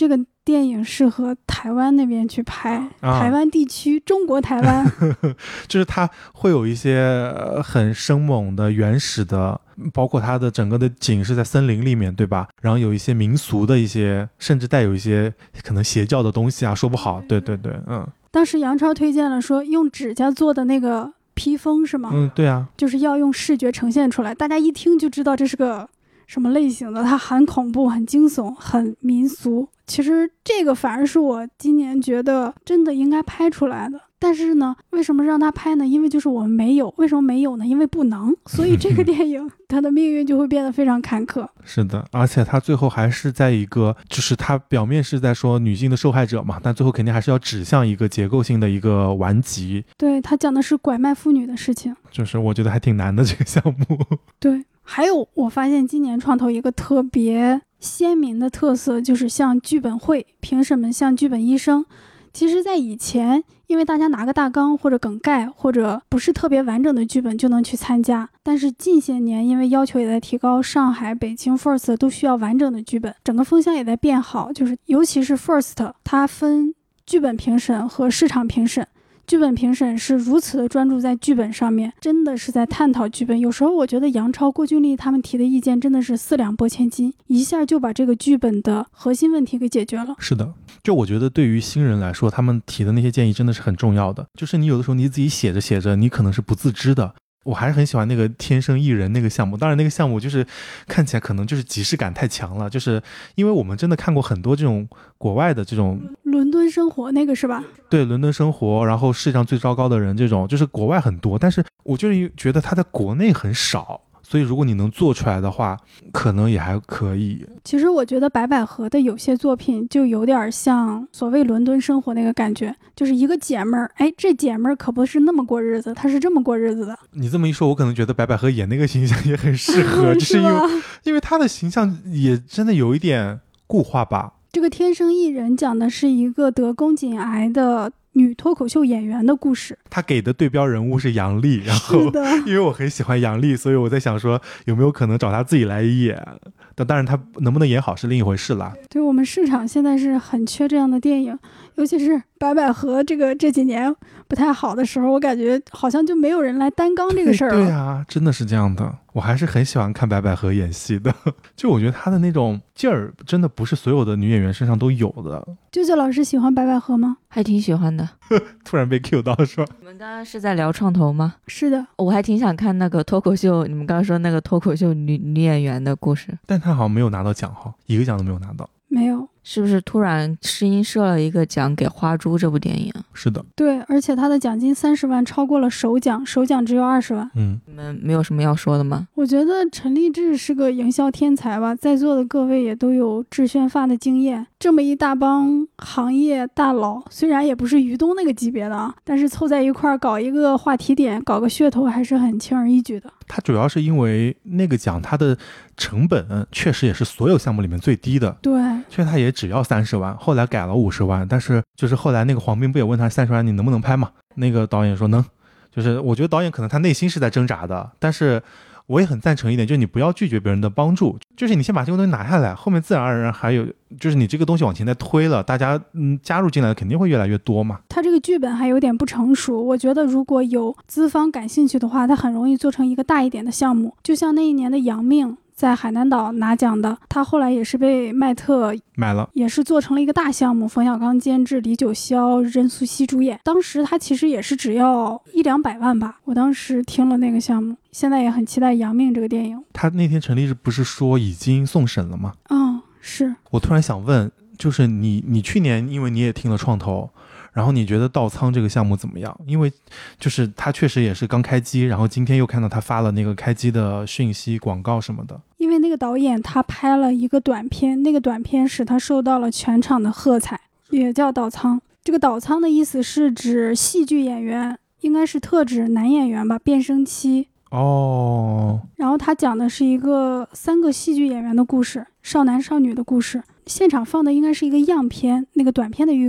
电影适合台湾那边去拍， 啊、 台湾地区，中国台湾， 就是它会有一些很生猛的、原始的，包括它的整个的景是在森林里面，对吧？然后有一些民俗的一些，甚至带有一些可能邪教的东西啊，说不好。对对对，嗯。 当时杨超推荐了说用指甲做的那个披风是吗？ 嗯，对啊， 就是要用视觉呈现出来，大家一听就知道这是个什么类型的，它很恐怖、很惊悚、很民俗。其实这个反而是我今年觉得真的应该拍出来的。但是呢，为什么让他拍呢？因为就是我们没有。为什么没有呢？因为不能。所以这个电影它的命运就会变得非常坎坷。 是的，而且他最后还是在一个，就是他表面是在说女性的受害者嘛，但最后肯定还是要指向一个结构性的一个顽疾。 对，他讲的是拐卖妇女的事情。 就是我觉得还挺难的这个项目。 对，还有我发现今年创投一个特别鲜明的特色，就是像剧本会，评审们像剧本医生。其实在以前，因为大家拿个大纲或者梗概或者不是特别完整的剧本就能去参加，但是近些年因为要求也在提高，上海、北京 First 都需要完整的剧本，整个风向也在变好，就是尤其是 First 它分剧本评审和市场评审。剧本评审是如此的专注在剧本上面，真的是在探讨剧本。有时候我觉得杨超、郭俊丽他们提的意见真的是四两拨千斤，一下就把这个剧本的核心问题给解决了。 是的，就我觉得对于新人来说，他们提的那些建议真的是很重要的。就是你有的时候你自己写着写着，你可能是不自知的。我还是很喜欢那个天生艺人那个项目，当然那个项目就是看起来可能就是即视感太强了，就是因为我们真的看过很多这种国外的这种伦敦生活那个是吧？ 对，伦敦生活，然后世界上最糟糕的人这种，就是国外很多，但是我就是觉得它在国内很少。所以如果你能做出来的话，可能也还可以。 其实我觉得白百合的有些作品就有点像所谓伦敦生活那个感觉，就是一个姐们儿，哎，这姐们儿可不是那么过日子，她是这么过日子的。 你这么一说，我可能觉得白百合演那个形象也很适合，就是因为因为她的形象也真的有一点固化吧。 这个天生艺人讲的是一个得宫颈癌的女脱口秀演员的故事， 他给的对标人物是杨笠，然后因为我很喜欢杨笠，所以我在想说有没有可能找他自己来演，但当然他能不能演好是另一回事啦。 对，我们市场现在是很缺这样的电影，尤其是白百合这个这几年不太好的时候，我感觉好像就没有人来担纲这个事儿了。 对啊，真的是这样的。我还是很喜欢看白百合演戏的，就我觉得她的那种劲儿真的不是所有的女演员身上都有的。 啾啾老师喜欢白百合吗？ 还挺喜欢的。 突然被 Q 到是吧？ 你们刚刚是在聊创投吗？ 是的， 我还挺想看那个脱口秀，你们刚刚说那个脱口秀女女演员的故事， 但她好像没有拿到奖哈，一个奖都没有拿到。 没有， 是不是突然试音设了一个奖给花珠这部电影？ 是的， 对，而且他的奖金三十万超过了首奖，首奖只有二十万。 嗯， 你们没有什么要说的吗？ 我觉得陈立志是个营销天才吧，在座的各位也都有制宣发的经验，这么一大帮行业大佬，虽然也不是于东那个级别的啊，但是凑在一块儿搞一个话题点，搞个噱头，还是很轻而易举的。 它主要是因为那个奖它的成本确实也是所有项目里面最低的， 对， 所以它也只要三十万，后来改了五十万，但是就是后来那个黄斌不也问他三十万你能不能拍嘛？那个导演说能，就是我觉得导演可能他内心是在挣扎的，但是我也很赞成一点，就是你不要拒绝别人的帮助，就是你先把这个东西拿下来，后面自然而然还有，就是你这个东西往前再推了，大家嗯加入进来肯定会越来越多嘛。 他这个剧本还有点不成熟，我觉得如果有资方感兴趣的话，他很容易做成一个大一点的项目，就像那一年的杨命在海南岛拿奖的，他后来也是被麦特买了， 也是做成了一个大项目，冯小刚监制，李九霄、任素汐主演，当时他其实也是只要一两百万吧，我当时听了那个项目，现在也很期待杨命这个电影。 他那天陈立志不是说已经送审了吗？ 嗯，是。 我突然想问，就是你你去年因为你也听了创投，然后你觉得稻仓这个项目怎么样？因为就是他确实也是刚开机，然后今天又看到他发了那个开机的讯息广告什么的。 因为那个导演他拍了一个短片，那个短片使他受到了全场的喝彩，也叫稻仓。这个稻仓的意思是指戏剧演员，应该是特指男演员吧，变声期。 哦， 然后他讲的是一个三个戏剧演员的故事，少男少女的故事。现场放的应该是一个样片，那个短片的预告。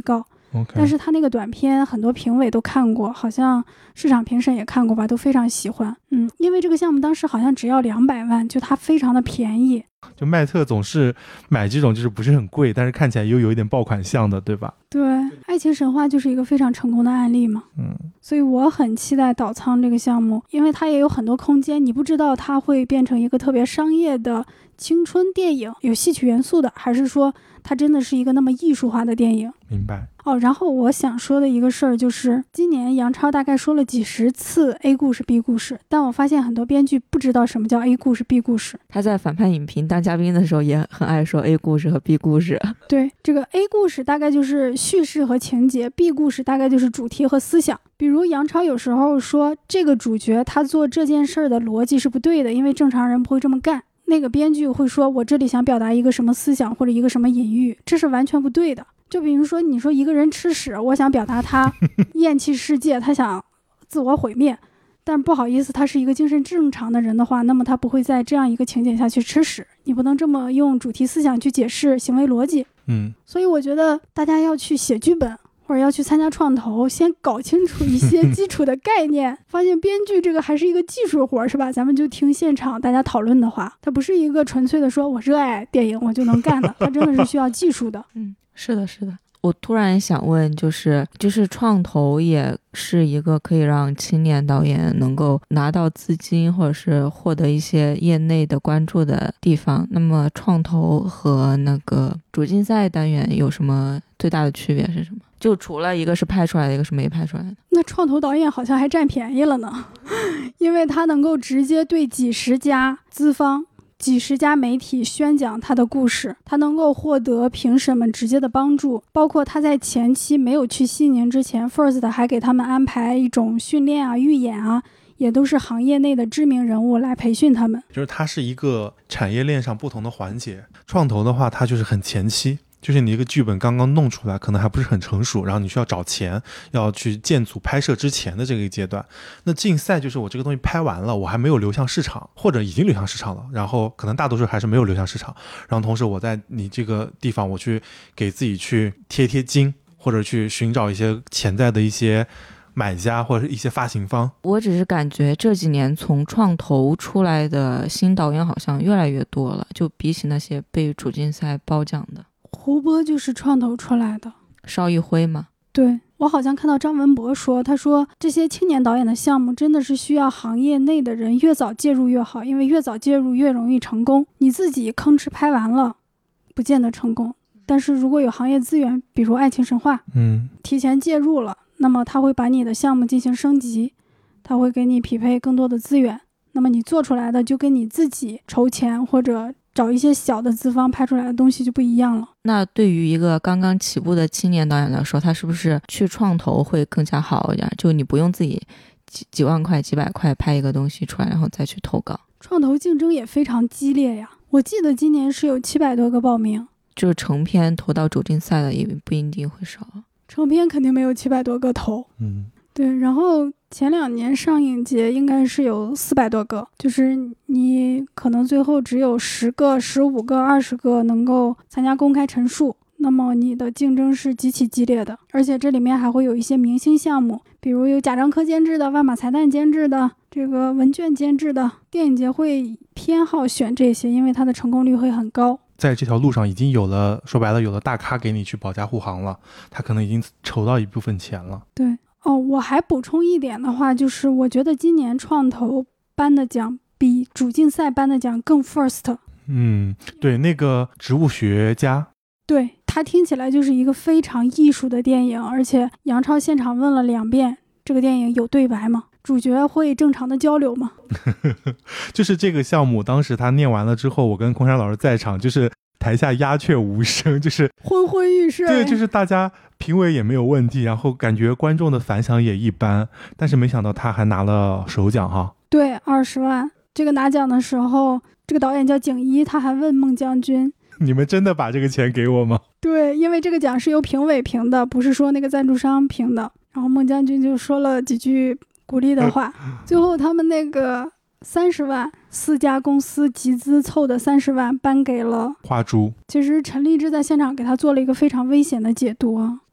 OK， 但是他那个短片很多评委都看过，好像市场评审也看过吧，都非常喜欢。嗯，因为这个项目当时好像只要两百万，就它非常的便宜。 就麦特总是买这种就是不是很贵，但是看起来又有一点爆款项的，对吧？ 对，爱情神话就是一个非常成功的案例嘛。 嗯， 所以我很期待岛仓这个项目，因为它也有很多空间，你不知道它会变成一个特别商业的青春电影，有戏曲元素的，还是说它真的是一个那么艺术化的电影。 明白。 哦，然后我想说的一个事儿就是，今年杨超大概说了几十次 A 故事 B 故事，但我发现很多编剧不知道什么叫 A 故事 B 故事。 他在反派影评当嘉宾的时候也很爱说 A 故事和 B 故事。 对，这个 A 故事大概就是叙事和情节， B 故事大概就是主题和思想。比如杨超有时候说这个主角他做这件事儿的逻辑是不对的，因为正常人不会这么干。那个编剧会说我这里想表达一个什么思想或者一个什么隐喻，这是完全不对的。就比如说你说一个人吃屎，我想表达他厌弃世界，他想自我毁灭，但不好意思他是一个精神正常的人的话，那么他不会在这样一个情景下去吃屎。你不能这么用主题思想去解释行为逻辑。 嗯， 所以我觉得大家要去写剧本或者要去参加创投，先搞清楚一些基础的概念。发现编剧这个还是一个技术活，是吧？咱们就听现场大家讨论的话，它不是一个纯粹的说我热爱电影我就能干的，它真的是需要技术的。 嗯，是的是的。我突然想问，就是就是创投也是一个可以让青年导演能够拿到资金或者是获得一些业内的关注的地方，那么创投和那个主竞赛单元有什么最大的区别是什么？就除了一个是拍出来的，一个是没拍出来的。 那创投导演好像还占便宜了呢，因为他能够直接对几十家资方几十家媒体宣讲他的故事，他能够获得评审们直接的帮助，包括他在前期没有去西宁之前 First 还给他们安排一种训练啊预演啊，也都是行业内的知名人物来培训他们。 就是它是一个产业链上不同的环节，创投的话它就是很前期，就是你一个剧本刚刚弄出来可能还不是很成熟，然后你需要找钱要去建组拍摄之前的这个阶段。那竞赛就是我这个东西拍完了，我还没有流向市场，或者已经流向市场了，然后可能大多数还是没有流向市场，然后同时我在你这个地方我去给自己去贴贴金，或者去寻找一些潜在的一些买家或者一些发行方。 我只是感觉这几年从创投出来的新导演好像越来越多了，就比起那些被主竞赛褒奖的。 胡波就是创投出来的， 邵艺辉嘛。 对，我好像看到张文博说，他说这些青年导演的项目真的是需要行业内的人越早介入越好，因为越早介入越容易成功。你自己吭哧拍完了不见得成功，但是如果有行业资源，比如爱情神话， 嗯， 提前介入了，那么他会把你的项目进行升级，他会给你匹配更多的资源，那么你做出来的就跟你自己筹钱或者找一些小的资方拍出来的东西就不一样了。 那对于一个刚刚起步的青年导演来说，他是不是去创投会更加好一点？就你不用自己几几万块几百块拍一个东西出来然后再去投稿。 创投竞争也非常激烈呀，我记得今年是有七百多个报名， 就是成片投到主竞赛的也不一定会少。 成片肯定没有七百多个投。 嗯， 对，然后前两年上影节应该是有四百多个，就是你可能最后只有十个、十五个、二十个能够参加公开陈述，那么你的竞争是极其激烈的。而且这里面还会有一些明星项目，比如有贾樟柯监制的、万马才旦监制的、这个文卷监制的，电影节会偏好选这些，因为它的成功率会很高。 在这条路上已经有了，说白了有了大咖给你去保驾护航了，他可能已经筹到一部分钱了。 对哦，我还补充一点的话，就是我觉得今年创投颁的奖比主竞赛颁的奖更 first。 嗯，对，那个植物学家， 对，它听起来就是一个非常艺术的电影，而且杨超现场问了两遍这个电影有对白吗？主角会正常的交流吗？ 就是这个项目当时他念完了之后，我跟空山老师在场，就是台下鸦雀无声，就是昏昏欲睡。 对，就是大家评委也没有问题，然后感觉观众的反响也一般，但是没想到他还拿了首奖哈。 对，二十万。这个拿奖的时候，这个导演叫景一，他还问孟将军， 你们真的把这个钱给我吗？ 对，因为这个奖是由评委评的，不是说那个赞助商评的。然后孟将军就说了几句鼓励的话，最后他们那个三十万，四家公司集资凑的三十万颁给了花猪。 其实陈立志在现场给他做了一个非常危险的解读啊，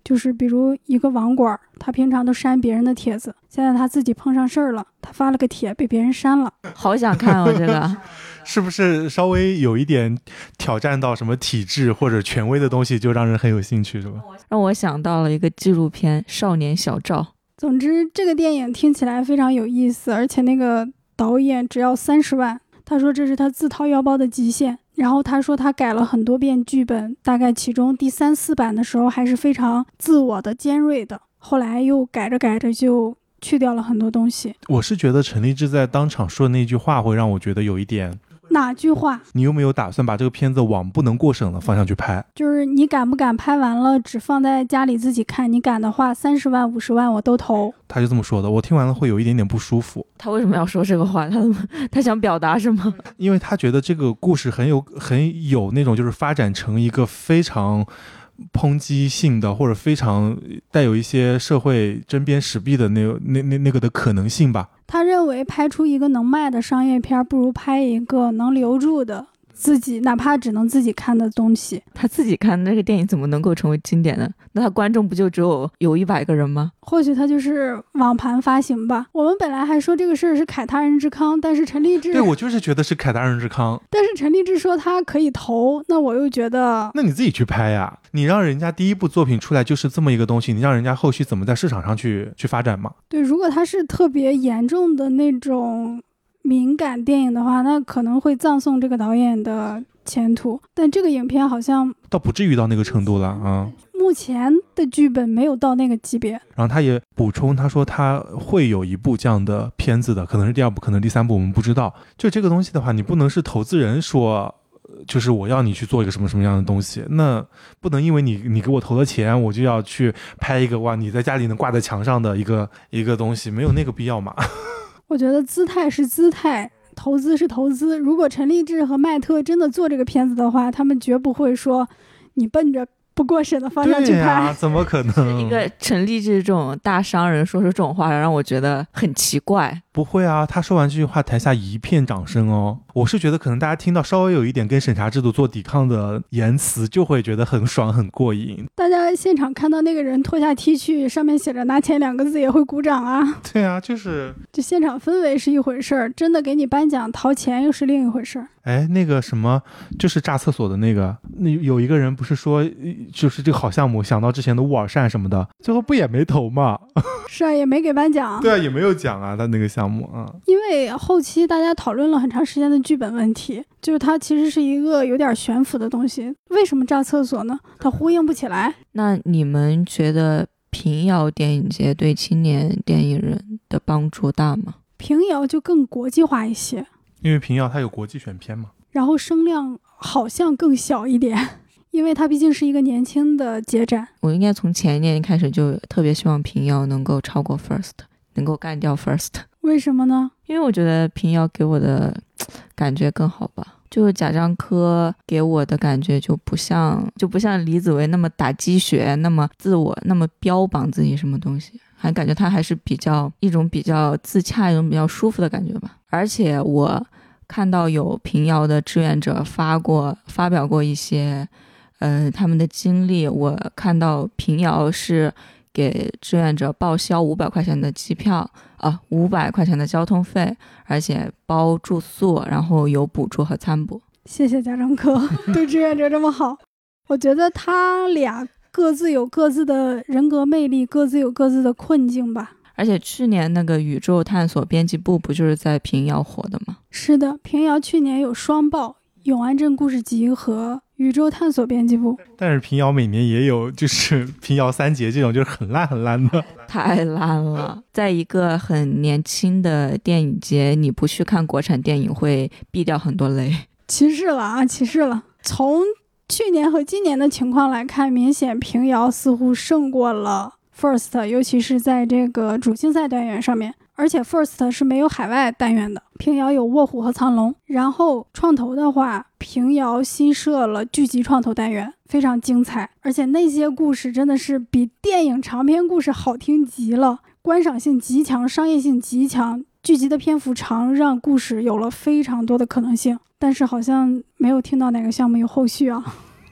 就是比如一个网管，他平常都删别人的帖子，现在他自己碰上事儿了，他发了个帖被别人删了。 好想看哦，这个是不是稍微有一点挑战到什么体制或者权威的东西，就让人很有兴趣，是吧？ 让我想到了一个纪录片《少年小赵》。 总之，这个电影听起来非常有意思，而且那个导演只要三十万，他说这是他自掏腰包的极限。然后他说他改了很多遍剧本，大概其中第三四版的时候还是非常自我的尖锐的，后来又改着改着就去掉了很多东西。 我是觉得陈立志在当场说的那句话会让我觉得有一点， 哪句话？ 你有没有打算把这个片子往不能过审的方向去拍？ 就是你敢不敢拍完了只放在家里自己看？你敢的话，三十万五十万我都投。 他就这么说的，我听完了会有一点点不舒服。 他为什么要说这个话？他他想表达什么？ 因为他觉得这个故事很有很有那种就是发展成一个非常抨击性的，或者非常带有一些社会针砭时弊的那那那那个的可能性吧。 他认为拍出一个能卖的商业片，不如拍一个能留住的自己，哪怕只能自己看的东西。 他自己看那个电影怎么能够成为经典呢？那他观众不就只有有一百个人吗？ 或许他就是网盘发行吧。我们本来还说这个事儿是凯他人之康，但是陈立志， 对，我就是觉得是凯他人之康， 但是陈立志说他可以投，那我又觉得， 那你自己去拍呀，你让人家第一部作品出来就是这么一个东西，你让人家后续怎么在市场上去去发展嘛？ 对，如果他是特别严重的那种敏感电影的话，那可能会葬送这个导演的前途。但这个影片好像倒不至于到那个程度了啊。 目前的剧本没有到那个级别。 然后他也补充，他说他会有一部这样的片子的，可能是第二部，可能第三部，我们不知道。就这个东西的话，你不能是投资人说，就是我要你去做一个什么什么样的东西，那不能因为你你给我投了钱，我就要去拍一个哇你在家里能挂在墙上的一个一个东西，没有那个必要嘛。 我觉得姿态是姿态，投资是投资。如果陈立志和麦特真的做这个片子的话，他们绝不会说你奔着不过审的方向去拍。对呀，怎么可能？ 一个陈立志这种大商人说出这种话，让我觉得很奇怪。 不会啊，他说完这句话，台下一片掌声哦。我是觉得可能大家听到稍微有一点跟审查制度做抵抗的言辞，就会觉得很爽很过瘾。 大家现场看到那个人脱下 T 恤，上面写着拿钱两个字，也会鼓掌啊。 对啊，就是就现场氛围是一回事儿，真的给你颁奖掏钱又是另一回事儿。 哎，那个什么，就是炸厕所的那个，那有一个人不是说，就是这个好项目，想到之前的沃尔善什么的，最后不也没投吗？ 是啊，也没给颁奖。 对啊，也没有奖啊，他那个项目啊。 因为后期大家讨论了很长时间的剧本问题，就是它其实是一个有点悬浮的东西。为什么炸厕所呢？它呼应不起来。 那你们觉得平遥电影节对青年电影人的帮助大吗？ 平遥就更国际化一些。 因为平遥它有国际选片嘛， 然后声量好像更小一点，因为它毕竟是一个年轻的节展。 我应该从前一年开始就特别希望平遥能够超过 First， 能够干掉 First。 为什么呢？ 因为我觉得平遥给我的感觉更好吧，就是贾樟柯给我的感觉就不像就不像李子维那么打鸡血，那么自我，那么标榜自己什么东西，还感觉他还是比较一种比较自洽，一种比较舒服的感觉吧。而且我看到有平遥的志愿者发过发表过一些呃他们的经历，我看到平遥是给志愿者报销五百块钱的机票啊，五百块钱的交通费，而且包住宿，然后有补助和餐补。 谢谢贾樟柯对志愿者这么好。我觉得他俩各自有各自的人格魅力，各自有各自的困境吧。 而且去年那个宇宙探索编辑部不就是在平遥火的吗？ 是的，平遥去年有双报，永安镇故事集和宇宙探索编辑部。 但是平遥每年也有就是平遥三杰这种就是很烂很烂的。 太烂了。在一个很年轻的电影节，你不去看国产电影会避掉很多雷。 歧视了啊，歧视了。从去年和今年的情况来看，明显平遥似乎胜过了 First， 尤其是在这个主竞赛单元上面。而且 First 是没有海外单元的，平遥有卧虎和藏龙。然后创投的话，平遥新设了剧集创投单元，非常精彩，而且那些故事真的是比电影长篇故事好听极了，观赏性极强，商业性极强，剧集的篇幅长，让故事有了非常多的可能性。但是好像没有听到哪个项目有后续啊。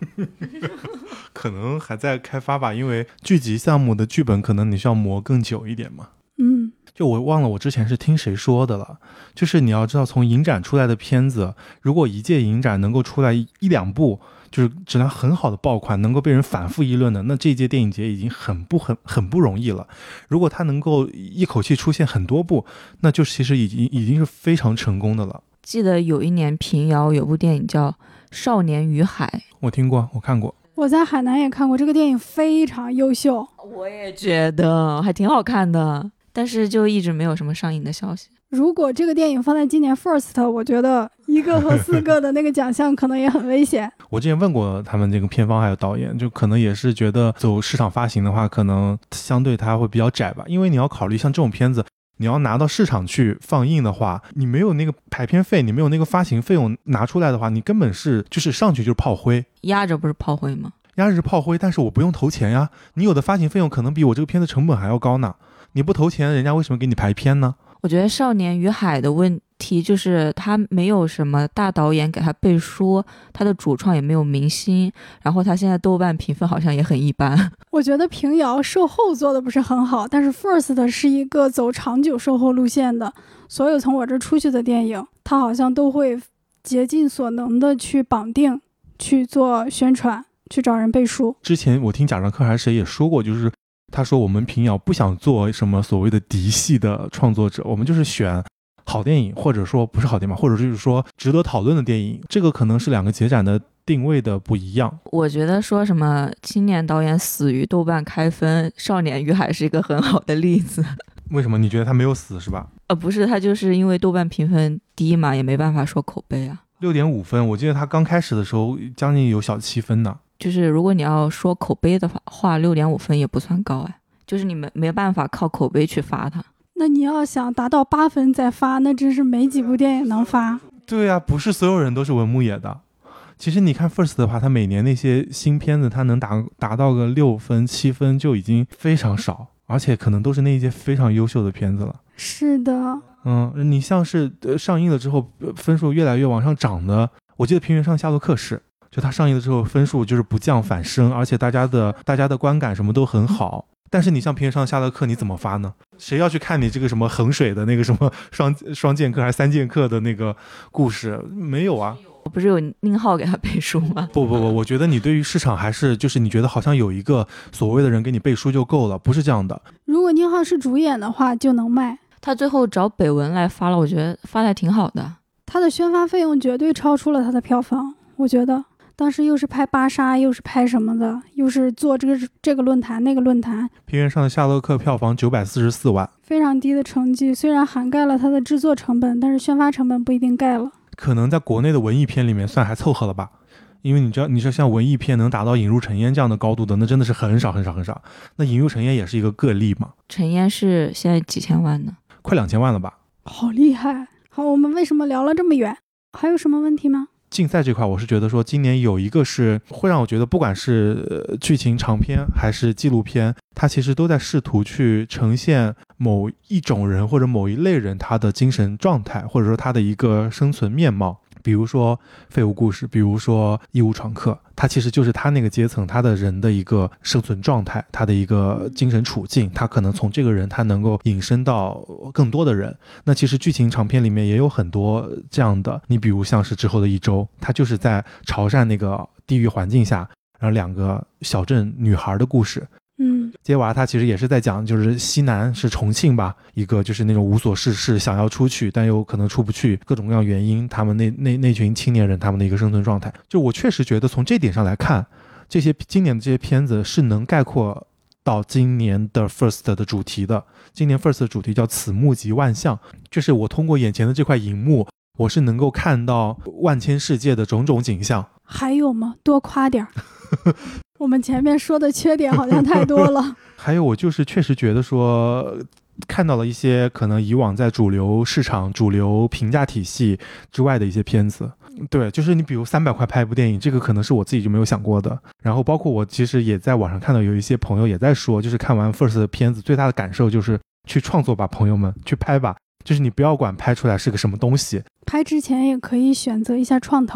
可能还在开发吧，因为剧集项目的剧本可能你需要磨更久一点嘛。 嗯， 就我忘了我之前是听谁说的了，就是你要知道从影展出来的片子，如果一届影展能够出来一一两部就是质量很好的爆款，能够被人反复议论的，那这一届电影节已经很不很很不容易了。如果它能够一口气出现很多部，那就其实已经已经是非常成功的了。 记得有一年平遥有部电影叫《少年与海》， 我听过，我看过。 我在海南也看过这个电影，非常优秀。 我也觉得还挺好看的，但是就一直没有什么上映的消息。 如果这个电影放在今年 First， 我觉得一个和四个的那个奖项可能也很危险。 我之前问过他们这个片方还有导演，就可能也是觉得走市场发行的话，可能相对它会比较窄吧，因为你要考虑像这种片子，你要拿到市场去放映的话，你没有那个排片费，你没有那个发行费用拿出来的话，你根本是就是上去就是炮灰。 压着不是炮灰吗？ 压着是炮灰，但是我不用投钱呀。你有的发行费用可能比我这个片子成本还要高呢，你不投钱，人家为什么给你排片呢？ 我觉得《少年与海》的问题就是他没有什么大导演给他背书，他的主创也没有明星，然后他现在豆瓣评分好像也很一般。 我觉得平遥售后做的不是很好，但是 First 是一个走长久售后路线的，所有从我这出去的电影，他好像都会竭尽所能的去绑定，去做宣传，去找人背书。 之前我听贾樟柯还是谁也说过，就是他说我们平遥不想做什么所谓的嫡系的创作者，我们就是选好电影，或者说不是好电影，或者就是说值得讨论的电影。这个可能是两个节展的定位的不一样。 我觉得说什么青年导演死于豆瓣开分，《少年与海》是一个很好的例子。 为什么你觉得他没有死是吧？ 呃，不是，他就是因为豆瓣评分低嘛，也没办法说口碑啊。 六点五分，我记得他刚开始的时候将近有小七分呢。 就是如果你要说口碑的话，六点五分也不算高哎，就是你没没办法靠口碑去发它。 那你要想达到八分再发，那真是没几部电影能发。 对啊，不是所有人都是文牧野的。其实你看 First 的话，他每年那些新片子，他能达达到个六分七分就已经非常少，而且可能都是那一些非常优秀的片子了。 是的， 嗯，你像是、呃、上映了之后分数越来越往上涨的，我记得《平原上夏洛克》是。就它上映了之后分数就是不降反升，而且大家的大家的观感什么都很好。但是你像平原上夏洛克你怎么发呢？谁要去看你这个什么衡水的那个什么双双剑客还是三剑客的那个故事？没有啊。 不是有宁浩给他背书吗？ 不不不，我觉得你对于市场还是就是你觉得好像有一个所谓的人给你背书就够了，不是这样的。 如果宁浩是主演的话就能卖。 他最后找北文来发了，我觉得发的挺好的。 他的宣发费用绝对超出了他的票房，我觉得。当时又是拍芭莎，又是拍什么的，又是做这个这个论坛那个论坛。 平原上的夏洛克票房九百四十四万， 非常低的成绩。虽然涵盖了它的制作成本，但是宣发成本不一定盖了。 可能在国内的文艺片里面算还凑合了吧，因为你知道，你说像文艺片能达到引入尘烟这样的高度的，那真的是很少很少很少。那引入尘烟也是一个个例嘛。 尘烟是现在几千万呢？ 快两千万了吧？ 好厉害！好，我们为什么聊了这么远？还有什么问题吗？ 竞赛这块我是觉得说今年有一个是会让我觉得不管是、呃、剧情长片还是纪录片，它其实都在试图去呈现某一种人或者某一类人他的精神状态，或者说他的一个生存面貌。比如说废物故事，比如说义务闯客，它其实就是他那个阶层他的人的一个生存状态，他的一个精神处境，他可能从这个人他能够引申到更多的人。那其实剧情长片里面也有很多这样的，你比如像是之后的一周，他就是在潮汕那个地域环境下，然后两个小镇女孩的故事。 嗯， 接娃他其实也是在讲，就是西南是重庆吧，一个就是那种无所事事，想要出去但又可能出不去，各种各样原因，他们那那那群青年人他们的一个生存状态。就我确实觉得从这点上来看，这些今年的这些片子是能概括到今年的 First 的主题的。今年 First 的主题叫此目即万象，就是我通过眼前的这块荧幕，我是能够看到万千世界的种种景象。 还有吗？多夸点我们前面说的缺点好像太多了。 还有我就是确实觉得说看到了一些可能以往在主流市场主流评价体系之外的一些片子。对，就是你比如三百块拍一部电影，这个可能是我自己就没有想过的。然后包括我其实也在网上看到有一些朋友也在说，就是看完 First 的片子最大的感受就是去创作吧，朋友们，去拍吧，就是你不要管拍出来是个什么东西， 拍之前也可以选择一下创投。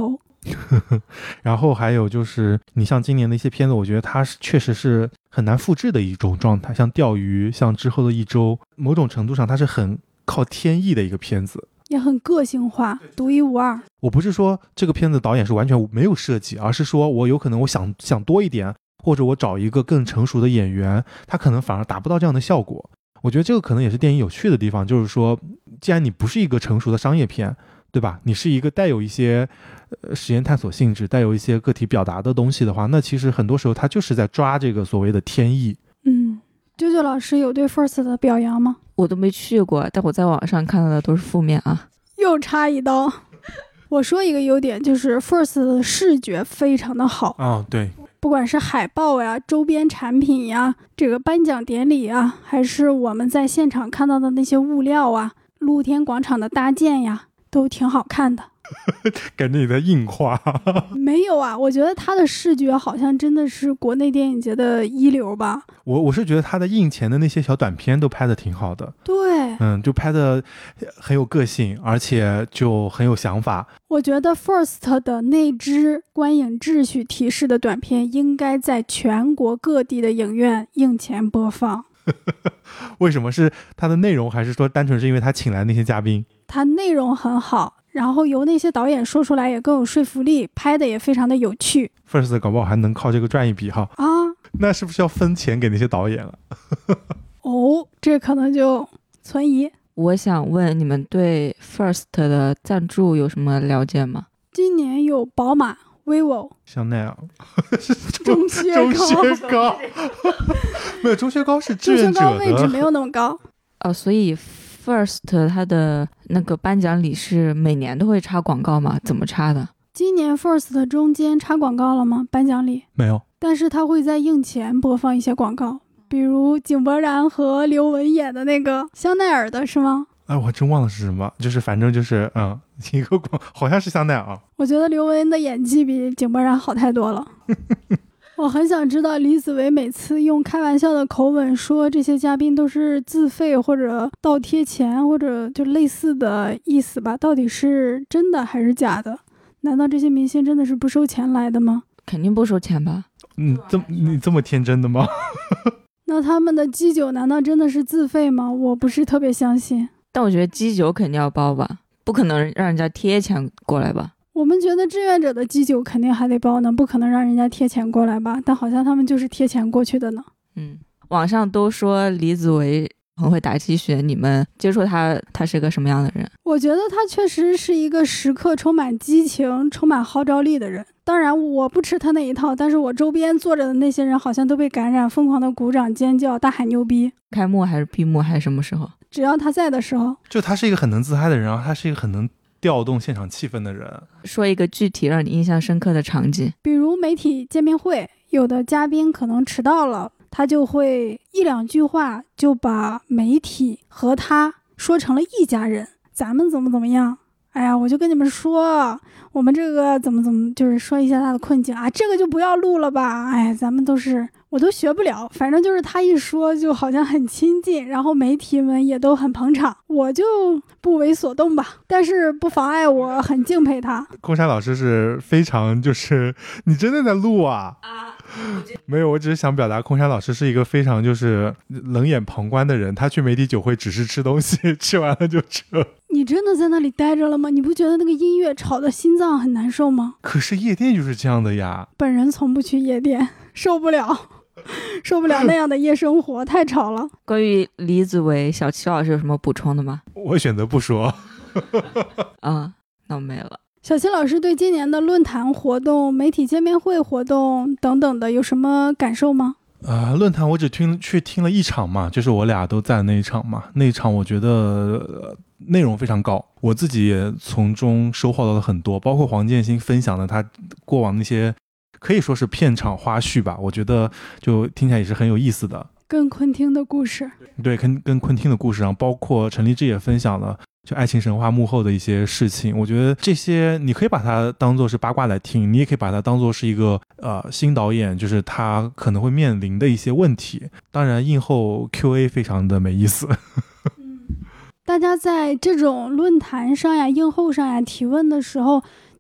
然后还有就是你像今年的一些片子，我觉得它是确实是很难复制的一种状态，像钓鱼，像之后的一周，某种程度上它是很靠天意的一个片子， 也很个性化，独一无二。 我不是说这个片子导演是完全没有设计，而是说我有可能我想想多一点，或者我找一个更成熟的演员，他可能反而达不到这样的效果。我觉得这个可能也是电影有趣的地方，就是说既然你不是一个成熟的商业片，对吧，你是一个带有一些呃实验探索性质，带有一些个体表达的东西的话，那其实很多时候他就是在抓这个所谓的天意。 嗯，啾啾老师有对 First 的表扬吗？ 我都没去过，但我在网上看到的都是负面啊。 又插一刀。我说一个优点，就是 First 的视觉非常的好啊、哦，对， 不管是海报呀、周边产品呀、这个颁奖典礼呀，还是我们在现场看到的那些物料啊、露天广场的搭建呀，都挺好看的。 感觉你在硬话。 没有啊，我觉得他的视觉好像真的是国内电影节的一流吧。 我我是觉得他的映前的那些小短片都拍的挺好的。 对， 嗯，就拍的很有个性，而且就很有想法。 我觉得 First 的那支观影秩序提示的短片应该在全国各地的影院映前播放。 为什么？是它的内容，还是说单纯是因为他请来那些嘉宾？ 它内容很好，然后由那些导演说出来也更有说服力，拍的也非常的有趣。 First 搞不好还能靠这个赚一笔哈啊， 那是不是要分钱给那些导演了？ 哦，这可能就存疑。 我想问你们对 First 的赞助有什么了解吗？ 今年有宝马、vivo、 香奈儿、 钟薛高、钟薛高没有，钟薛高是志愿者的， 钟薛高位置没有那么高哦，所以 First 它的那个颁奖礼是每年都会插广告吗？怎么插的？ 今年 First 中间插广告了吗？颁奖礼没有， 但是他会在映前播放一些广告，比如井柏然和刘雯演的那个香奈儿的是吗？ 哎，我真忘了是什么，就是反正就是嗯，一个广，好像是香奈儿。我觉得刘雯的演技比井柏然好太多了。我很想知道李子维每次用开玩笑的口吻说这些嘉宾都是自费或者倒贴钱或者就类似的意思吧，到底是真的还是假的？难道这些明星真的是不收钱来的吗？ 肯定不收钱吧。 你这你这么天真的吗？ 那他们的基酒难道真的是自费吗？我不是特别相信。 但我觉得基酒肯定要包吧，不可能让人家贴钱过来吧。 我们觉得志愿者的基酒肯定还得包呢，不可能让人家贴钱过来吧，但好像他们就是贴钱过去的呢。 嗯，网上都说李子维很会打鸡血，你们接触他他是个什么样的人？ 我觉得他确实是一个时刻充满激情充满号召力的人，当然我不吃他那一套，但是我周边坐着的那些人好像都被感染，疯狂的鼓掌尖叫大喊牛逼。 开幕还是闭幕还是什么时候？ 只要他在的时候。 就他是一个很能自嗨的人，然后他是一个很能调动现场气氛的人。 说一个具体让你印象深刻的场景， 比如媒体见面会，有的嘉宾可能迟到了，他就会一两句话就把媒体和他说成了一家人，咱们怎么怎么样，哎呀我就跟你们说我们这个怎么怎么，就是说一下他的困境啊，这个就不要录了吧，哎咱们都是，我都学不了，反正就是他一说就好像很亲近，然后媒体们也都很捧场，我就不为所动吧，但是不妨碍我很敬佩他。 空山老师是非常就是你真的在录啊？啊，没有，我只是想表达空山老师是一个非常就是冷眼旁观的人，他去媒体酒会只是吃东西，吃完了就撤。 你真的在那里待着了吗？你不觉得那个音乐吵得心脏很难受吗？ 可是夜店就是这样的呀。 本人从不去夜店，受不了受不了那样的夜生活，太吵了。 关于李子维，小齐老师有什么补充的吗？ 我选择不说。 啊，那我没了。 小齐老师对今年的论坛活动、媒体见面会活动等等的有什么感受吗？ 呃，论坛我只听去听了一场嘛，就是我俩都在那一场嘛。那一场我觉得、呃、内容非常高，我自己也从中收获到了很多，包括黄建新分享的他过往那些可以说是片场花絮吧，我觉得就听起来也是很有意思的。 跟昆汀的故事， 对，跟跟昆汀的故事，然后包括陈立志也分享了就爱情神话幕后的一些事情，我觉得这些你可以把它当作是八卦来听，你也可以把它当作是一个呃新导演就是他可能会面临的一些问题。当然映后 Q A 非常的没意思。 大家在这种论坛上呀映后上呀提问的时候，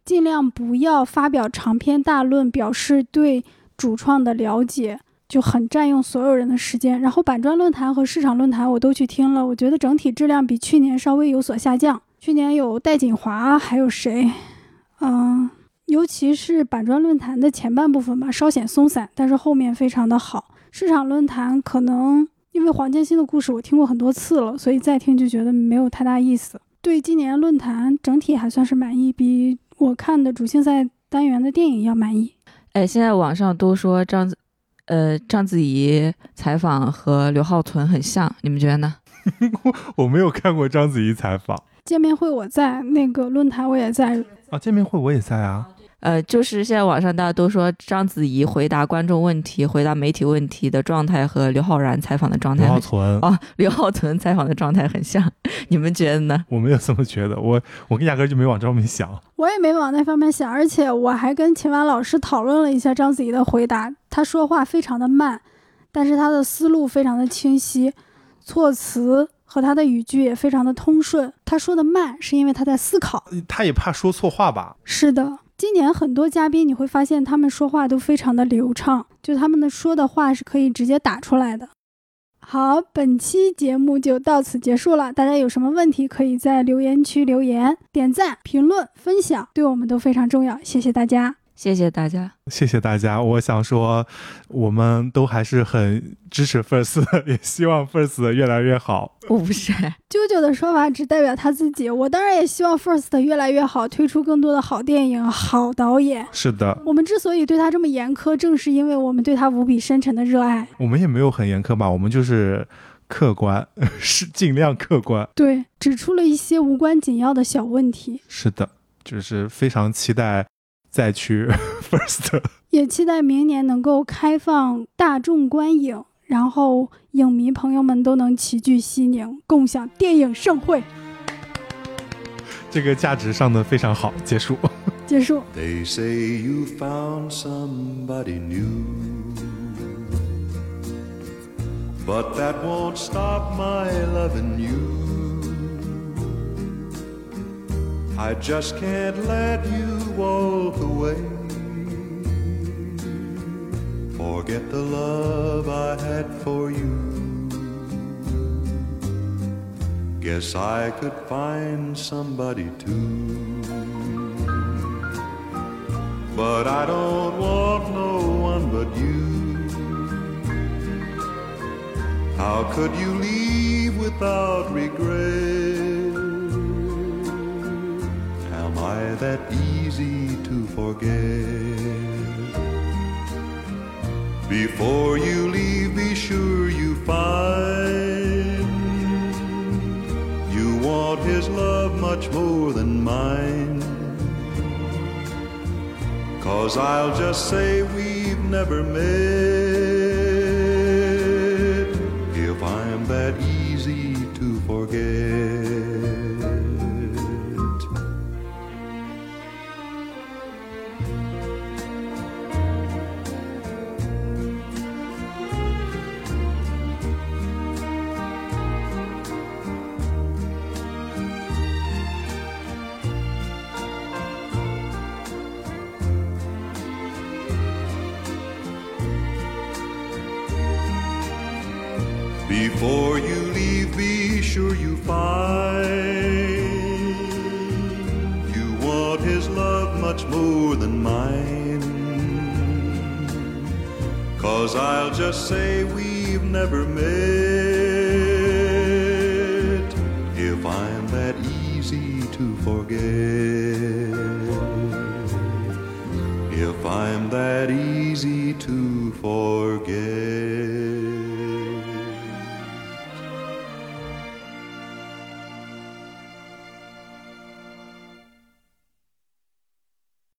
尽量不要发表长篇大论表示对主创的了解，就很占用所有人的时间。然后板砖论坛和市场论坛我都去听了，我觉得整体质量比去年稍微有所下降。去年有戴锦华，还有谁嗯，尤其是板砖论坛的前半部分吧，稍显松散，但是后面非常的好。市场论坛可能因为黄建新的故事我听过很多次了，所以再听就觉得没有太大意思。对今年论坛整体还算是满意，比我看的主竞赛单元的电影要满意。 哎，现在网上都说章子呃章子怡采访和刘浩存很像，你们觉得呢？ 我没有看过章子怡采访。 见面会我在，那个论坛我也在啊，见面会我也在啊。 呃，就是现在网上大家都说章子怡回答观众问题、回答媒体问题的状态和刘昊然采访的状态， 刘浩存啊，刘浩存采访的状态很像，你们觉得呢？ 我没有这么觉得，我我压根就没往这方面想。 我也没往那方面想，而且我还跟秦婉老师讨论了一下章子怡的回答，她说话非常的慢，但是她的思路非常的清晰，措辞和她的语句也非常的通顺。她说的慢是因为她在思考， 她也怕说错话吧？ 是的。今年很多嘉宾你会发现他们说话都非常的流畅，就他们的说的话是可以直接打出来的。好，本期节目就到此结束了，大家有什么问题可以在留言区留言、点赞、评论、分享，对我们都非常重要，谢谢大家。 谢谢大家， 谢谢大家。我想说，我们都还是很支持 First， 也希望 First 越来越好。 我不是， 啾啾的说法只代表他自己，我当然也希望 First 越来越好，推出更多的好电影、好导演。 是的， 我们之所以对他这么严苛，正是因为我们对他无比深沉的热爱。 我们也没有很严苛吧，我们就是客观，是尽量客观。 对，指出了一些无关紧要的小问题。 是的，就是非常期待再去 First， 也期待明年能够开放大众观影，然后影迷朋友们都能齐聚西宁，共享电影盛会。 这个价值上的非常好，结束。 结束。 They say you found somebody new, but that won't stop my loving you. I just can't let you walk away. Forget the love I had for you. Guess I could find somebody too. But I don't want no one but you. How could you leave without regret? Am I that easy to forget? Before you leave, be sure you find you want his love much more than mine. 'Cause I'll just say we've never met if I'm that easy to forget. Before you leave, be sure you find you want his love much more than mine. 'Cause I'll just say we've never met if I'm that easy to forget. If I'm that easy to forget.